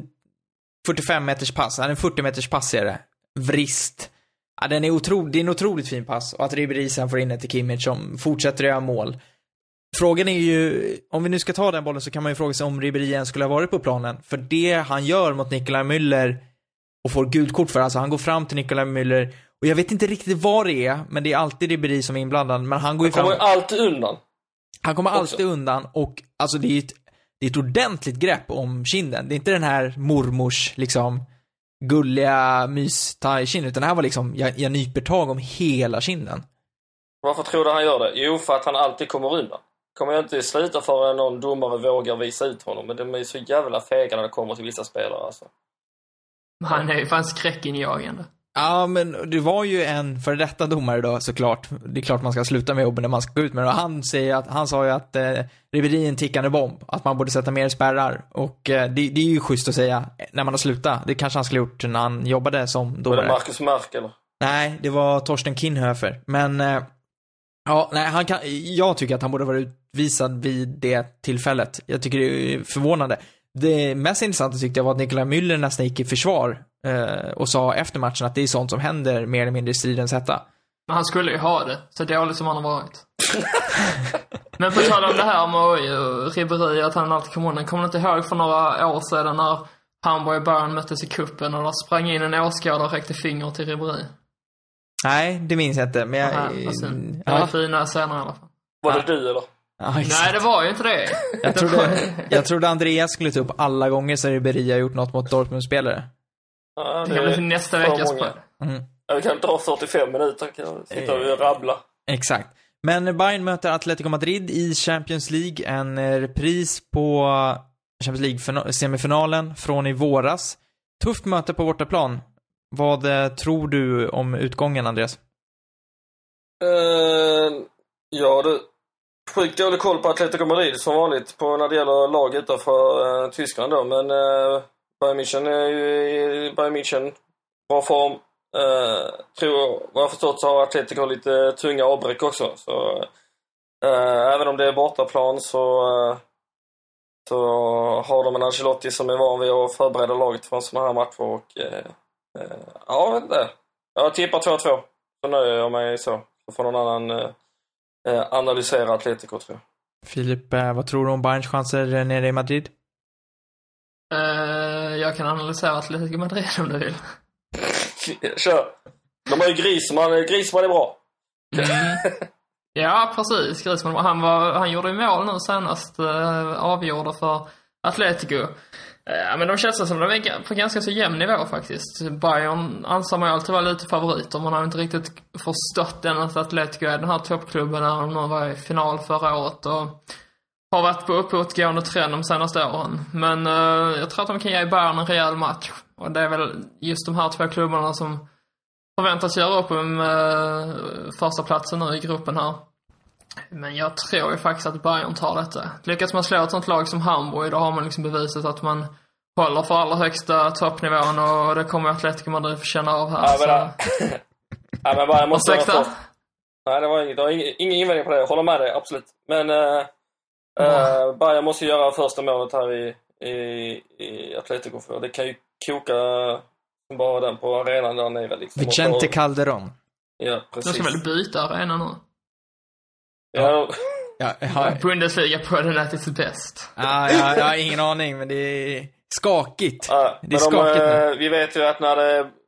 45 meters pass. En 40 meters pass är det. Vrist. Ja, det är en otroligt fin pass. Och att Ribéry sen får in det till Kimmich som fortsätter göra mål. Frågan är ju, om vi nu ska ta den bollen så kan man ju fråga sig om Ribéry ens skulle ha varit på planen. För det han gör mot Nikolaj Müller och får gult kort för, alltså han går fram till Nikolaj Müller och jag vet inte riktigt vad det är, men det är alltid Ribéry som är inblandad. Men han går ju fram. Han kommer alltid undan. Han kommer alltid undan, och alltså det är ett ordentligt grepp om kinden. Det är inte den här mormors liksom gulliga mys-kinden, utan det här var liksom jag nyper tag om hela kinden. Varför tror du han gör det? Jo, för att han alltid kommer undan. Kommer jag inte sluta för att någon domare vågar visa ut honom, men de är så jävla fega när det kommer till vissa spelare alltså. Han är ju fan skräckinjagande. Ja, men det var ju en för detta domare då, såklart. Det är klart man ska sluta med jobben när man ska gå ut med det. Och han sa ju att Ribéry är en tickande bomb. Att man borde sätta mer spärrar. Och det är ju schysst att säga när man har slutat. Det kanske han skulle gjort när han jobbade som domare. Var det Marcus Mark eller? Nej, det var Torsten Kinhöfer. Men ja, nej, jag tycker att han borde vara utvisad vid det tillfället. Jag tycker det är förvånande. Det mest intressanta tyckte jag var att Nikolaj Müller nästan gick i försvar och sa efter matchen att det är sånt som händer mer eller mindre i stridens hetta. Men han skulle ju ha det, så dåligt som han har varit. Men på tal om det här med Ribéry, att han alltid kommer undan. Kommer du inte ihåg för några år sedan när Hamburg och Bayern möttes i kuppen och där sprang in en åskådare och räckte finger till Ribéry? Nej, det minns jag inte. Men det var fina scener i alla fall. Var det du eller? Ja, nej, det var ju inte det. Jag trodde Andreas skulle ta upp alla gånger så Ribéry har gjort något mot Dortmund-spelare. Ja, det kan bli nästa veckas spel. Jag kan dra 45 minuter, kan jag sitta och rabbla. Exakt. Men Bayern möter Atletico Madrid i Champions League. En repris på Champions League-semifinalen från i våras. Tufft möte på bortaplan. Vad tror du om utgången, Andreas? Ja, du. Sjukt dålig koll på Atletico Madrid som vanligt när det gäller lag utanför Tyskland då. Men Bayern München är ju i Bayern München bra form. Vad jag förstått så har Atletico lite tunga avbräck också. Så även om det är bortaplan så har de en Ancelotti som är van vid att förbereda laget för en sån här match. Och ja, vet inte. Jag tippar 2-2. Så nöjer jag mig så. Så får någon annan analysera Atletico, tror jag. Filip, vad tror du om Bayerns chanser nere i Madrid? Jag kan analysera Atletico Madrid om du vill. Kör. De har ju Griezmann är bra. Ja, precis. Griezmann, han gjorde ju mål nu senast, avgjorde för Atletico. Ja, men de känns som de är på ganska så jämn nivå faktiskt. Bayern anser man ju alltid vara lite favoriter. Man har inte riktigt förstått än att Atletico är den här toppklubben när de nu var i final förra året och har varit på uppåtgående trend de senaste åren. Men jag tror att de kan ge Bayern en rejäl match. Och det är väl just de här två klubbarna som förväntas göra upp om första platsen nu i gruppen här. Men jag tror ju faktiskt att Bayern tar detta. Lyckas man slå ett sånt lag som Hamburg, då har man liksom bevisat att man håller för allra högsta toppnivån, och det kommer Atletico Madrid få känna av här. Ja, men Bayern måste... Nej, det var ingen invändning på det. Jag håller med dig, absolut. Men Bayern måste göra första målet här i Atletico, för det kan ju koka bara den på arenan där nere. Liksom. Vicente Calderón. Ja, precis. De ska väl byta arena nu? Ja. Bundesliga på den är till bäst. Jag har ingen aning, men det är skakigt. Det är skakigt nu. Vi vet ju att när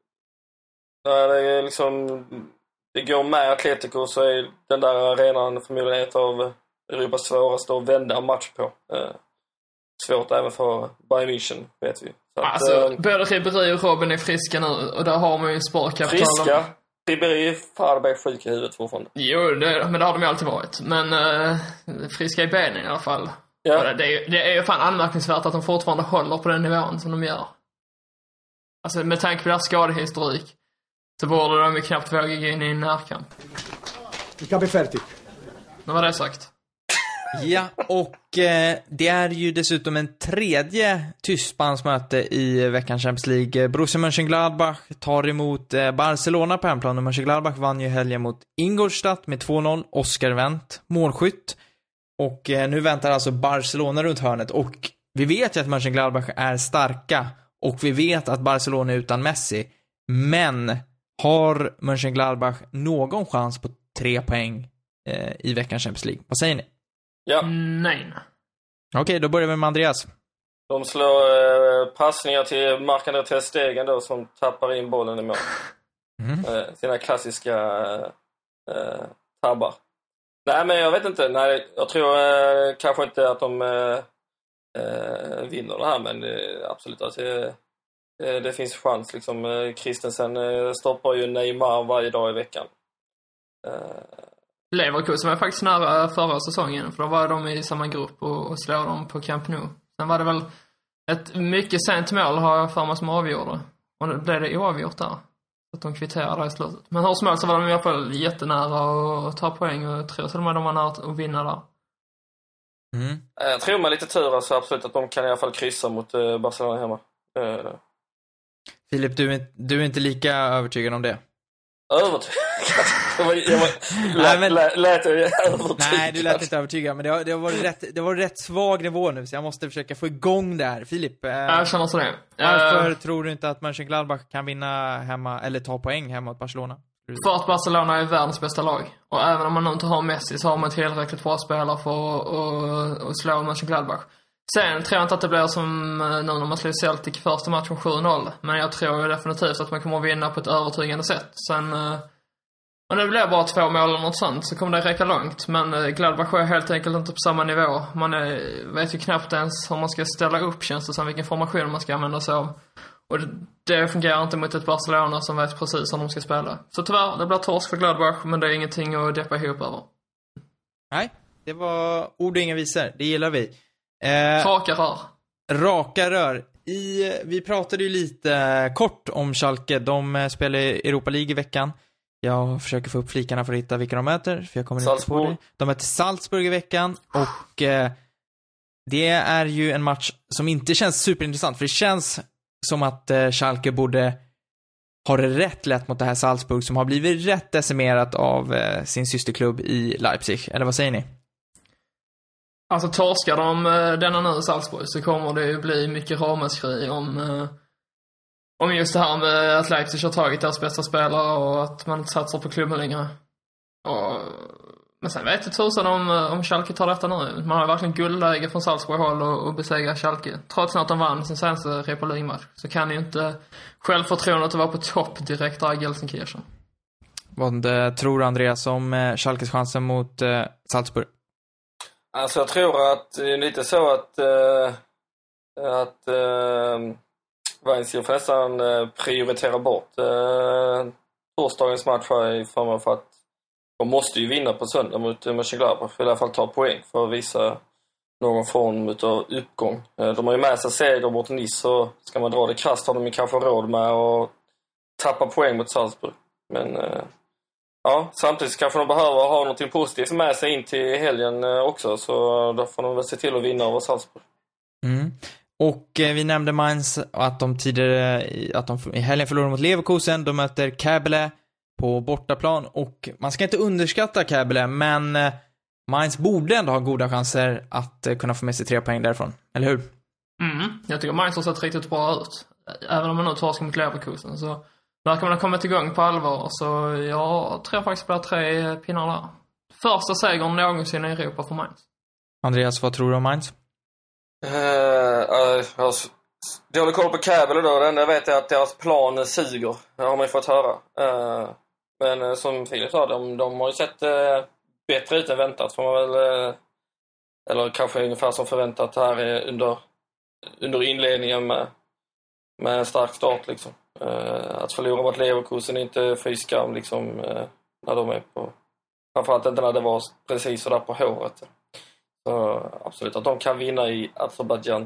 det liksom det går med Atletico, så är den där arenan förmodligen ett av Europas svåraste att vända en match på. Svårt även för Bayern München, vet vi. Så alltså, både Ribéry och Robben är friska nu, och där har man ju sparkapital. Friska? Ribéry är sjuk i huvudet fortfarande. Jo, men det har de ju alltid varit. Men friska i benen i alla fall. Ja. Det är ju fan anmärkningsvärt att de fortfarande håller på den nivån som de gör. Alltså med tanke på deras skadehistorik så borde de ju knappt våga gå in i en närkamp. Ska bli färdigt. Nu var det sagt. Ja, och det är ju dessutom en tredje tysk-spansk-möte i veckans Champions League. Borussia Mönchengladbach tar emot Barcelona på hemplan. Mönchengladbach vann ju helgen mot Ingolstadt med 2-0. Oscar Wendt, målskytt. Och nu väntar alltså Barcelona runt hörnet. Och vi vet ju att Mönchengladbach är starka. Och vi vet att Barcelona är utan Messi. Men har Mönchengladbach någon chans på 3 poäng i veckans Champions League? Vad säger ni? Ja. Nej. Okej, då börjar vi med Andreas. De slår passningar till Marc-André ter Stegen då, som tappar in bollen i mål. Sina klassiska tabbar. Nej, men jag vet inte. Nej, jag tror kanske inte att de vinner det här, men absolut att det finns chans. Liksom, Christensen stoppar ju Neymar varje dag i veckan. Leverkusen var faktiskt nära förra säsongen, för då var de i samma grupp och slår dem på Camp Nou. Sen var det väl ett mycket sent mål, har jag för mig, som avgjorde. Och då blev det oavgjort där. Att de kvitterade i slutet. Men hur som helst så var de i alla fall jättenära att ta poäng, och jag tror att de var nära att vinna där. Jag tror med lite tur alltså absolut att de kan i alla fall kryssa mot Barcelona hemma. Filip, du är inte lika övertygad om det? Övertygad? Lät jag övertygad? Nej, du lät inte övertygad, men det var rätt svag nivå nu, så jag måste försöka få igång det här. Filip, jag känner så det. Varför tror du inte att Mönchengladbach kan vinna hemma, eller ta poäng hemma mot Barcelona? För att Barcelona är världens bästa lag. Och även om man inte har Messi så har man tillräckligt bra spelare för att slå Mönchengladbach. Sen tror jag inte att det blir som nu när man slår Celtic i första matchen 7-0. Men jag tror definitivt att man kommer att vinna på ett övertygande sätt. Sen, om det blir bara 2 mål eller något sånt så kommer det räcka långt. Men Gladbach är helt enkelt inte på samma nivå. Man vet ju knappt ens hur man ska ställa upp, känns det som, vilken formation man ska använda sig av. Och det fungerar inte mot ett Barcelona som vet precis hur de ska spela. Så tyvärr, det blir torsk för Gladbach, men det är ingenting att deppa ihop över. Nej, det var ord och inga visor. Det gillar vi. Raka rör. Raka rör. Vi pratade ju lite kort om Schalke. De spelar i Europa League i veckan. Jag försöker få upp flikarna för att hitta vilka de möter, för jag kommer inte på det. De möter Salzburg i veckan och det är ju en match som inte känns superintressant, för det känns som att Schalke borde ha det rätt lätt mot det här Salzburg som har blivit rätt decimerat av sin systerklubb i Leipzig. Eller vad säger ni? Alltså torskar de denna nu Salzburg så kommer det ju bli mycket ramaskri om just det här med att Leipzig har tagit deras bästa spelare och att man inte satsar på klubben längre. Men sen vet jag tusan om Schalke tar detta nu. Man har verkligen guldläge från Salzburg håll och besegra Schalke. Trots att de vann sin senaste Europa League-match så kan ju inte självförtroendet att vara på topp direkt där i Gelsenkirchen. Vad tror Andreas om Schalkes chanser mot Salzburg? Alltså jag tror att det är lite så att Weinziel nästan prioriterar bort torsdagens match här i förmån för att de måste ju vinna på söndag mot Mönchengladbach, för i alla fall ta poäng för att visa någon form av uppgång. De har ju med sig seger mot Nice, så ska man dra det krasst har de ju kanske råd med att tappa poäng mot Salzburg. Men ja, samtidigt kanske de behöver ha något positivt med sig in till helgen också, så då får de väl se till att vinna över Salzburg. Mm. Och vi nämnde Mainz att de i helgen förlorade mot Leverkusen. De möter Käbele på bortaplan och man ska inte underskatta Käbele, men Mainz borde ändå ha goda chanser att kunna få med sig 3 poäng därifrån, eller hur? Jag tycker Mainz har sett riktigt bra ut. Även om man nu torskar mot Leverkusen så verkar man ha kommit igång på allvar, så jag tror faktiskt på 3 pinnar där. Första segern någonsin i Europa för Mainz. Andreas, vad tror du om Mainz? Jag håller koll på Käbele då. Det enda jag vet är att deras plan suger. Det har man ju fått höra. Men som Filip sa, de har ju sett bättre ut än väntat. Får man väl, eller kanske ungefär som förväntat här under inledningen med en stark start liksom. Att förlora mot Leverkusen är inte fy skam liksom, när de är på, framförallt inte när det var precis så där på håret. Så absolut att de kan vinna i Azerbaijan.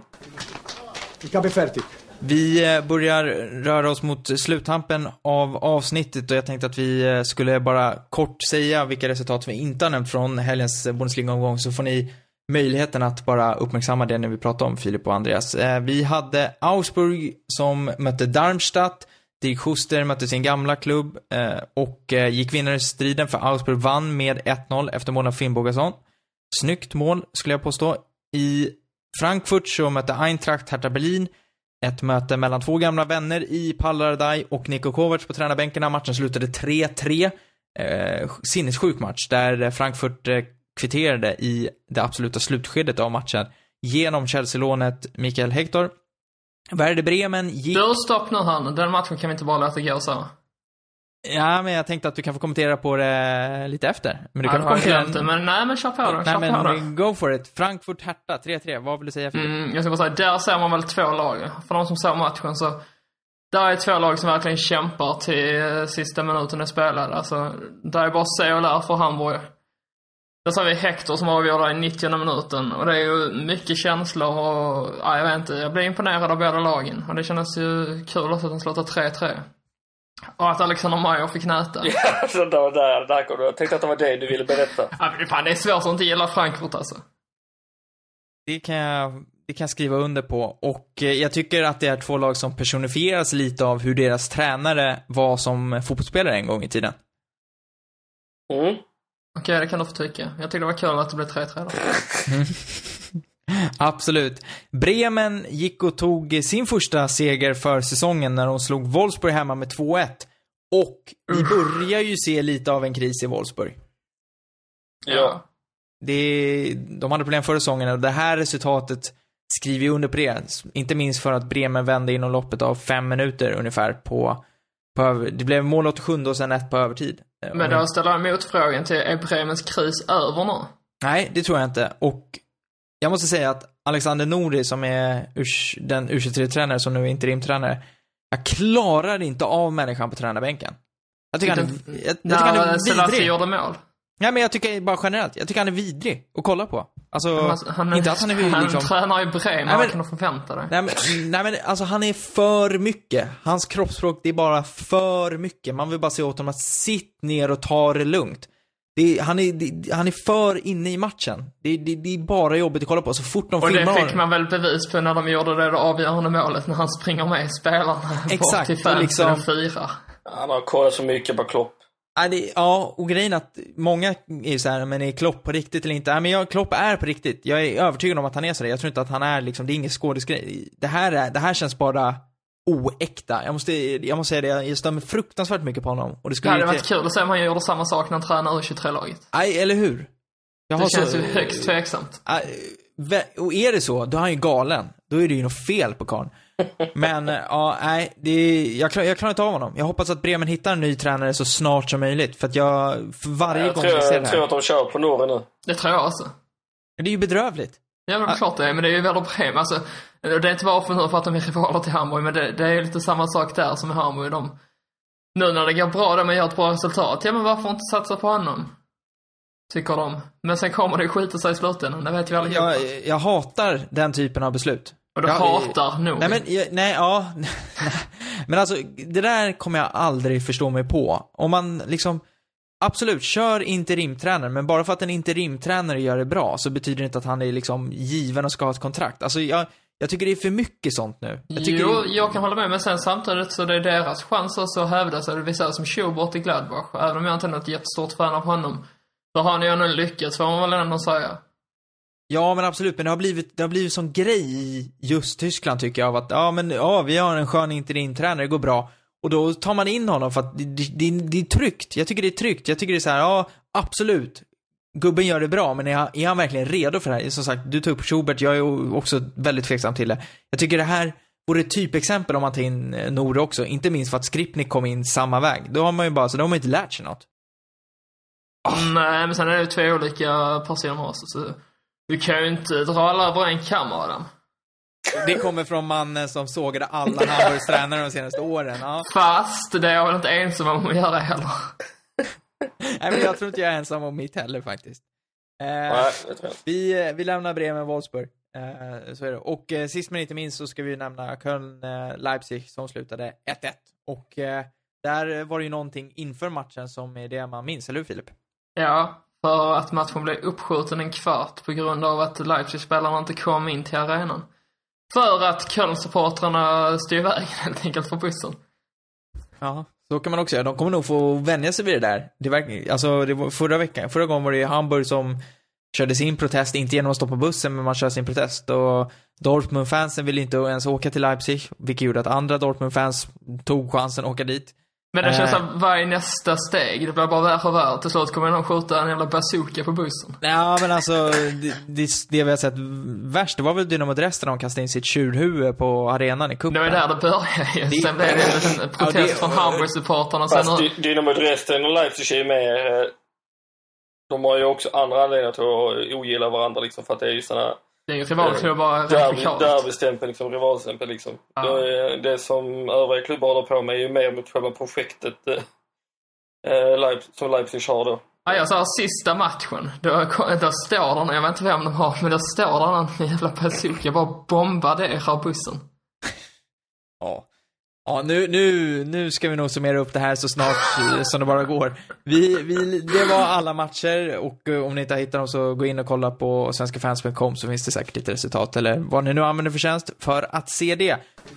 Vi börjar röra oss mot sluttampen av avsnittet och jag tänkte att vi skulle bara kort säga vilka resultat vi inte har nämnt från helgens Bundesliga-omgång, så får ni möjligheten att bara uppmärksamma det när vi pratar om Filip och Andreas. Vi hade Augsburg som mötte Darmstadt. Dirk Schuster mötte sin gamla klubb och gick vinnare i striden, för Augsburg vann med 1-0 efter mål av Finnbogason. Snyggt mål skulle jag påstå. I Frankfurt så mötte Eintracht Hertha Berlin. Ett möte mellan 2 gamla vänner i Pallardaj och Niko Kovac på tränarbänkarna. Matchen slutade 3-3. Sinnessjuk match där Frankfurt kvitterade i det absoluta slutskedet av matchen genom Chelsea-lånet Mikael Hector. Werder Bremen gick... Du, stopp nu han. Den matchen kan vi inte bara låta gå så. Ja, men jag tänkte att du kan få kommentera på det lite efter. Men du kan få kommentera inte, men kör på då. Nej, men go for it. Frankfurt Hertha 3-3. Vad vill du säga? Jag ska bara säga, där ser man väl 2 lag. För de som såg matchen så där är 2 lag som verkligen kämpar till sista minuten är spelad. Alltså, där är bara se och lära för Hamburg. Där ser vi Hector som avgör i 90:e minuten. Och det är ju mycket känslor och jag vet inte, jag blir imponerad av båda lagen. Och det kändes ju kul att de slutade 3-3. Och att Alexander Meyer fick näta. Ja, så där kom du. Jag tänkte att det var det du ville berätta. Ja, men fan, det är svårt att inte gilla Frankfurt alltså. Det kan jag skriva under på. Och jag tycker att det är 2 lag som personifieras lite av hur deras tränare var som fotbollsspelare en gång i tiden. Okej, det kan du få tycka. Jag tyckte det var kul att det blev 3-3 då. Absolut. Bremen gick och tog sin första seger för säsongen när de slog Wolfsburg hemma med 2-1. Och vi börjar ju se lite av en kris i Wolfsburg. Ja. De hade problem förra säsongen och det här resultatet skriver ju under på det. Inte minst för att Bremen vände inom loppet av 5 minuter ungefär på det blev mål 87 och sen 1 på övertid. Men då ställer jag motfrågan till, är Bremens kris över nu? Nej, det tror jag inte. Och jag måste säga att Alexander Nuri, som är den U23-tränare som nu är interimtränare, Jag klarar inte av människan på tränarbänken. Jag tycker han är vidrig. Gör det mål. Nej, men jag tycker bara generellt. Jag tycker han är vidrig att kolla på. Alltså, han inte att han är vidrig liksom. Han tränar ju Bremen, man kan förvänta dig. Nej men alltså han är för mycket. Hans kroppsspråk, det är bara för mycket. Man vill bara se åt honom att sitt ner och ta det lugnt. Han är för inne i matchen. Det är bara jobbigt att kolla på. Så fort de filmar. Och det fick man väl bevis på när de gjorde det avgörande målet. När han springer med spelarna bort till fansen liksom, och firar. Han har kollat så mycket på Klopp. Ja, och grejen att många är ju så här, men är Klopp på riktigt eller inte? Men Klopp är på riktigt. Jag är övertygad om att han är så där. Jag tror inte att han är liksom, det är ingen skådespelare. Det här känns bara oäkta. Jag måste säga det, jag stör mig fruktansvärt mycket på honom. Och det hade varit kul att se om han gjorde samma sak när han tränar U23-laget. Nej, eller hur? Det känns ju högst tveksamt. Och är det så, då är han ju galen. Då är det ju något fel på karln. Men ja, nej, jag klarar inte av honom. Jag hoppas att Bremen hittar en ny tränare så snart som möjligt. För att för varje gång jag ser det här. Jag tror att de kör på Norge nu. Det tror jag också. Det är ju bedrövligt. Ja, men klart det är. Men det är ju väldigt Bremen. Alltså, det är inte bara för att de är rivaler till Hamburg. Men det är lite samma sak där som i Hamburg. Nu när det går bra, där man gör ett bra resultat. Ja, men varför inte satsa på honom? Tycker de. Men sen kommer det skita sig i slutändan. Det vet vi allihopa. Jag hatar den typen av beslut. Och du hatar nog. Men alltså, det där kommer jag aldrig förstå mig på. Om man liksom, absolut, kör interimtränare. Men bara för att en interimtränare gör det bra så betyder det inte att han är liksom given och ska ha ett kontrakt. Alltså jag tycker det är för mycket sånt nu. Jag kan hålla med. Men sen samtidigt så det är deras chans också att hävda sig. Det vill säga som Schubert i Gladbach. Även om jag inte är något jättestort fan av honom. Då har ni ju en lyckats, får man väl ändå säga. Ja, men absolut, men det har blivit sån grej i just Tyskland tycker jag av att vi har en skön interimtränare, det går bra. Och då tar man in honom för att det är tryggt. Jag tycker det är tryggt. Jag tycker det är så här, absolut. Gubben gör det bra, men är han verkligen redo för det här? Som sagt, du tog upp Schubert, jag är också väldigt tveksam till det. Jag tycker det här vore ett typexempel om man tar in Nore också. Inte minst för att Skripnik kom in samma väg. Då har man ju då har man inte lärt sig något. Nej, men sen är det ju två olika personer också, så du kan ju inte dra alla över en kam, Adam. Det kommer från mannen som sågade alla Hamburgstränare de senaste åren. Ja. Fast det är jag väl inte ensam om att göra heller. Nej, men jag tror inte jag är ensam om mitt heller faktiskt. Vi lämnar Bremen Wolfsburg. Så är det. Och sist men inte minst så ska vi nämna Köln-Leipzig som slutade 1-1. Och där var det ju någonting inför matchen som är det man minns, eller hur Filip? Ja, för att matchen blev uppskjuten en kvart på grund av att Leipzig-spelarna inte kom in till arenan. För att Köln-supportrarna styr iväg helt enkelt på bussen. Ja, så kan man också göra. De kommer nog få vänja sig vid det där. Det var förra gången var det Hamburg som körde sin protest, inte genom att stoppa bussen, men man kör sin protest. Och Dortmund-fansen ville inte ens åka till Leipzig, vilket gjorde att andra Dortmund-fans tog chansen att åka dit. Men det känns som varje nästa steg. Det blir bara värre och värre. Till slut kommer någon skjuta en jävla bazooka på bussen. Ja, men alltså det vi har sett värst, det var väl Dynamo Dresden de kastade in sitt tjurhuvud på arenan i kuppen. Det var där det började. Sen blev det en protest från Hamburg-supportarna. Fast Dynamo Dresden och Leipzig är med. De har ju också andra anledningar till att ogilla varandra liksom, för att det är ju såna. Det är ju rivalklubbar derbystämpel liksom, rivalstämpel liksom. Ja. Det som övriga klubbar håller på med är ju mer mot själva projektet som Leipzig har då. Ja, jag sa sista matchen. Då står där, jag vet inte vem de har, men då står där en jävla bazooka bara bombarderar bussen. Ja. Ja, nu ska vi nog summera upp det här så snart som det bara går. Det var alla matcher, och om ni inte har hittat dem så gå in och kolla på svenskafans.com, så finns det säkert lite resultat eller vad ni nu använder för tjänst för att se det.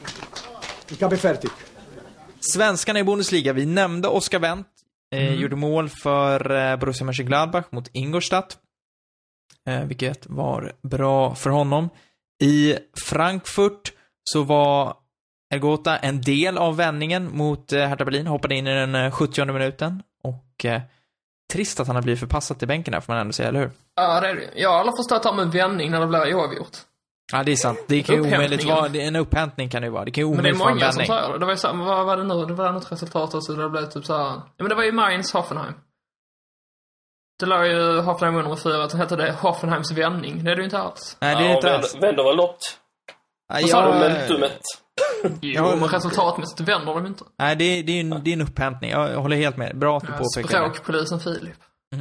Svenskarna i Bundesliga, vi nämnde Oskar Wendt, gjorde mål för Borussia Mönchengladbach mot Ingolstadt, vilket var bra för honom. I Frankfurt så var Ergota en del av vändningen mot Hertha Berlin, hoppade in i den 70:e minuten, och trist att han har blivit förpassad till bänken här, får man ändå säga, eller hur? Ja, det är det. Jag har aldrig förstått om en vändning när det blir oavgjort. Ja, det är sant. Det kan ju omöjligt vara, en upphämtning kan det ju vara. Det kan ju omöjligt vara en vändning. Men det är många som säger det. Det var ju så, vad var det nu? Det var något resultat och så det blev typ så här. Ja, men det var ju Mainz Hoffenheim. Det låg ju Hoffenheim under 4, att det hette det Hoffenheims vändning. Det är det ju inte alls. Nej, det är inte alls. Vänder var lott. Ja, momentumet. Jo, men resultatmässigt vänder de inte. Nej, det är en upphämtning. Jag håller helt med. Bra att du påpekar. Språkpolisen Filip.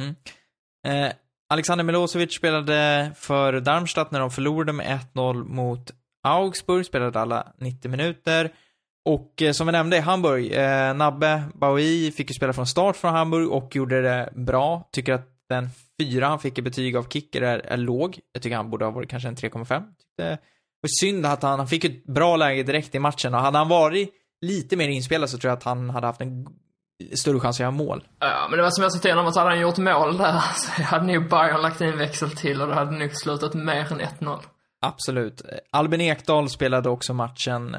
Alexander Milosevic spelade för Darmstadt när de förlorade med 1-0 mot Augsburg. Spelade alla 90 minuter. Och som vi nämnde i Hamburg, Nabbe Baoui fick ju spela från start från Hamburg och gjorde det bra. Tycker att den 4 han fick i betyg av Kicker är låg. Jag tycker han borde ha varit kanske en 3,5. Det var synd att han fick ett bra läge direkt i matchen. Och hade han varit lite mer inspelad så tror jag att han hade haft en större chans att göra mål. Ja, men det var som jag sa till honom, att hade han gjort mål där så hade nog Bayern lagt in växel till och det hade nog slutat mer än 1-0. Absolut. Albin Ekdal spelade också matchen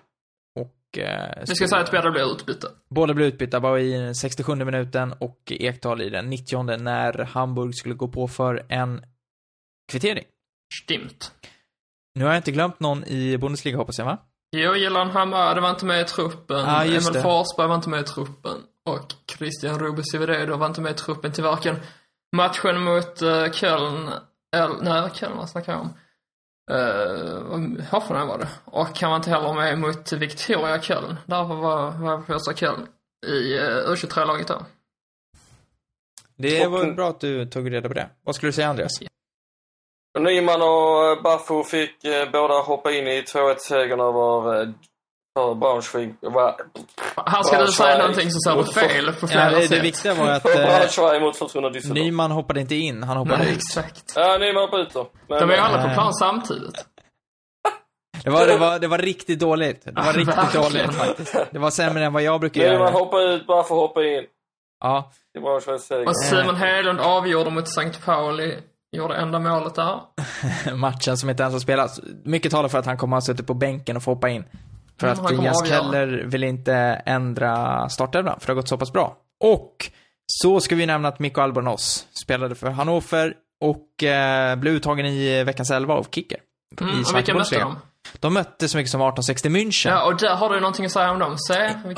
Vi ska säga att båda blev utbytta. Båda blev utbytta, bara i den 67 minuten och Ekdal i den 90:e när Hamburg skulle gå på för en kvittering. Stimmt. Nu har jag inte glömt någon i Bundesliga, hoppas jag, va? Jo, Gillan Hammar, var inte med i truppen. Emil Forsberg var inte med i truppen. Och Christian Rubus-Siveredo var inte med i truppen till varken matchen mot Köln. Köln vad snackar jag om. Hoffenheim var det. Och han var inte heller med mot Victoria Köln. Därför var första Köln i U23-laget då. Det var bra att du tog reda på det. Vad skulle du säga, Andreas? Nyman och Baffo fick båda hoppa in i 2-1-segern över Braunschweig. Här ska du säga någonting som sa fel på flera sätt. Det viktiga var att Braunschweig mot Fortuna Düsseldorf. Nyman hoppade inte in, han hoppade ut. Exakt. Ja, Nyman hoppade ut då. Men de är alla på plan samtidigt. Det var riktigt dåligt. Det var riktigt dåligt faktiskt. Det var sämre än vad jag brukar göra. Nyman hoppade ut, Baffo hoppade in. Ja. Det var Braunschweig-seger. Och Simon Hedlund avgjorde mot St. Pauli. Gjorde enda målet där. Matchen som inte ens har spelats. Mycket talar för att han kommer att sitta på bänken och få hoppa in. För att Jens Keller vill inte ändra startelvan. För det har gått så pass bra. Och så ska vi nämna att Mikko Albornoz spelade för Hannover. Och blev uttagen i veckans 11 av Kicker. Och vilka mötte de? De mötte så mycket som 1860 München. Ja, och där har du någonting att säga om dem.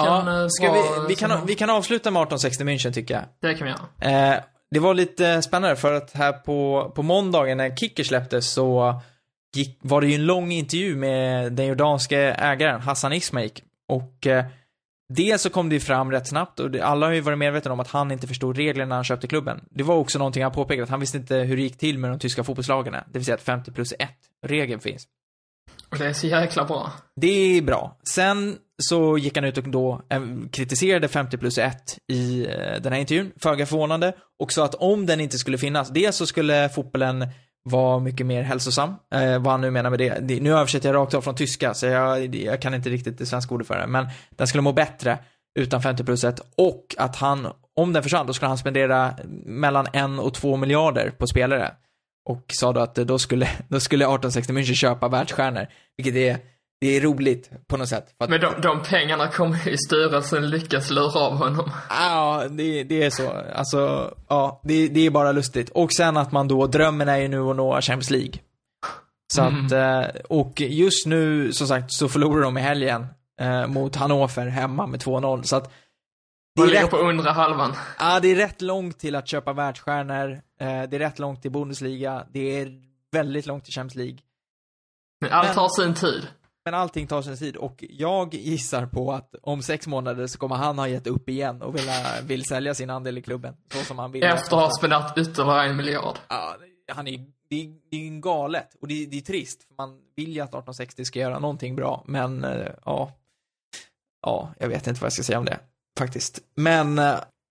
Vi kan avsluta med 1860 München, tycker jag. Det kan vi göra. Det var lite spännande för att här på måndagen när Kicker släpptes så var det ju en lång intervju med den jordanske ägaren Hassan Ismaik. Och dels så kom det ju fram rätt snabbt och alla har ju varit medvetna om att han inte förstod reglerna när han köpte klubben. Det var också någonting han påpekade, att han visste inte hur det gick till med de tyska fotbollslagen. Det vill säga att 50+1-regeln finns. Och det är så jäkla bra. Det är bra. Sen så gick han ut och då kritiserade 50+1 i den här intervjun, föga förvånande, och sa att om den inte skulle finnas, dels så skulle fotbollen vara mycket mer hälsosam. Vad han nu menar med det. Nu översätter jag rakt av från tyska, så jag kan inte riktigt det svenska ordet för det, men den skulle må bättre utan 50+1, och att han, om den försvann, då skulle han spendera mellan 1 och 2 miljarder på spelare. Och sa då att då skulle 1860 München köpa världsstjärnor. Vilket det är roligt på något sätt. För att, men de pengarna kommer i styrelsen lyckas lura av honom. Ja, det är så. Alltså, ja, det är bara lustigt. Och sen att man då, drömmen är ju nu att nå Champions League. Så att, och just nu, som sagt, så förlorar de i helgen mot Hannover hemma med 2-0. Så att det ligger på undre halvan. Ja, det är rätt långt till att köpa världsstjärnor. Det är rätt långt till Bundesliga. Det är väldigt långt till Champions League. Men allt tar sin tid. Men allting tar sin tid. Och jag gissar på att om 6 månader så kommer han ha gett upp igen och vill sälja sin andel i klubben. Så som han vill. Efter att ha spenderat ytterligare 1 miljard. Ja, det är ju galet. Och det är trist. För man vill ju att 1860 ska göra någonting bra. Men ja, jag vet inte vad jag ska säga om det. Faktiskt. Men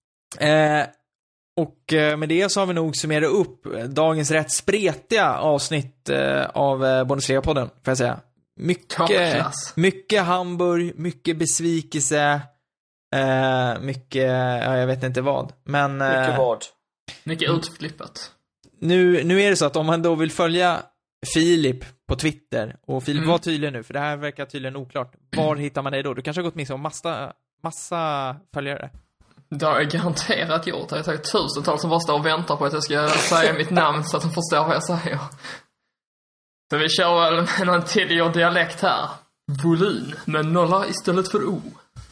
och med det så har vi nog summerat upp dagens rätt spretiga avsnitt av Bundesliga-podden, får jag säga. Mycket Hamburg, mycket besvikelse, mycket, jag vet inte vad. Men mycket vad? Mycket utflippat. Nu är det så att om man då vill följa Filip på Twitter, och Filip var tydlig nu, för det här verkar tydligen oklart. Var hittar man dig då? Du kanske har gått missing om massa följare. Det har jag garanterat gjort. Jag har tagit tusentals som bara står och väntar på att jag ska säga mitt namn så att de förstår vad jag säger. Så vi kör väl med någon tidigare dialekt här. Volym med nolla istället för O.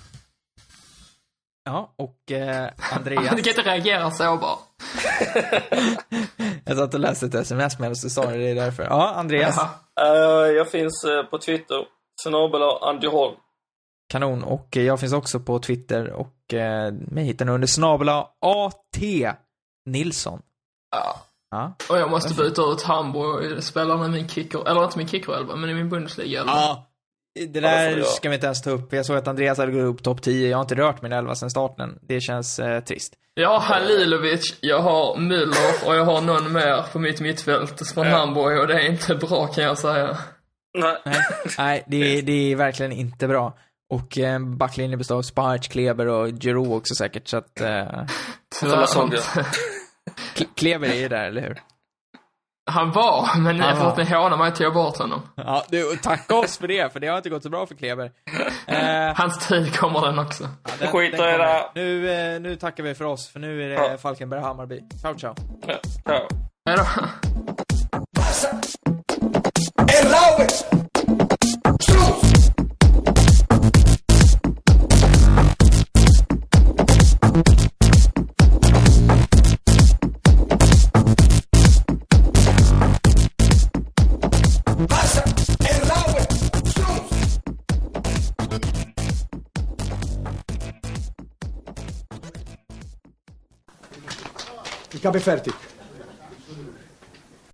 Ja, och Andreas... Du kan inte reagera så bara. Jag satt och läste ett sms med oss och sa det är därför. Ja, Andreas. Jag finns på Twitter Snabel Andy Holm. Kanon. Och jag finns också på Twitter och mig hittar ni under snabel-a AT Nilsson. Ja. Ja. Och jag måste byta ut Hamburg spelarna i min kicker, eller inte min kicker-11, men i min Bundesliga. Ja. Det där ska vi inte ens ta upp. Jag såg att Andreas hade gått upp topp 10. Jag har inte rört min 11 sedan starten. Det känns trist. Jag har Halilovic, jag har Müller och jag har någon mer på mitt mittfält från Hamburg, och det är inte bra, kan jag säga. Nej, det är verkligen inte bra. Och backlinjen består av Sparch, Kleber och Giroud också säkert. Så att Kleber är ju där, eller hur? Han var, men jag får inte håna mig till jag bort honom. Ja, du, tacka oss för det har inte gått så bra för Kleber. Hans tid kommer den också. Ja, skiter i det. Nu tackar vi för oss, för nu är det Falkenberg-Hammarby. Ciao, ciao. Ja, ciao. Hej då. Il capo è fertile.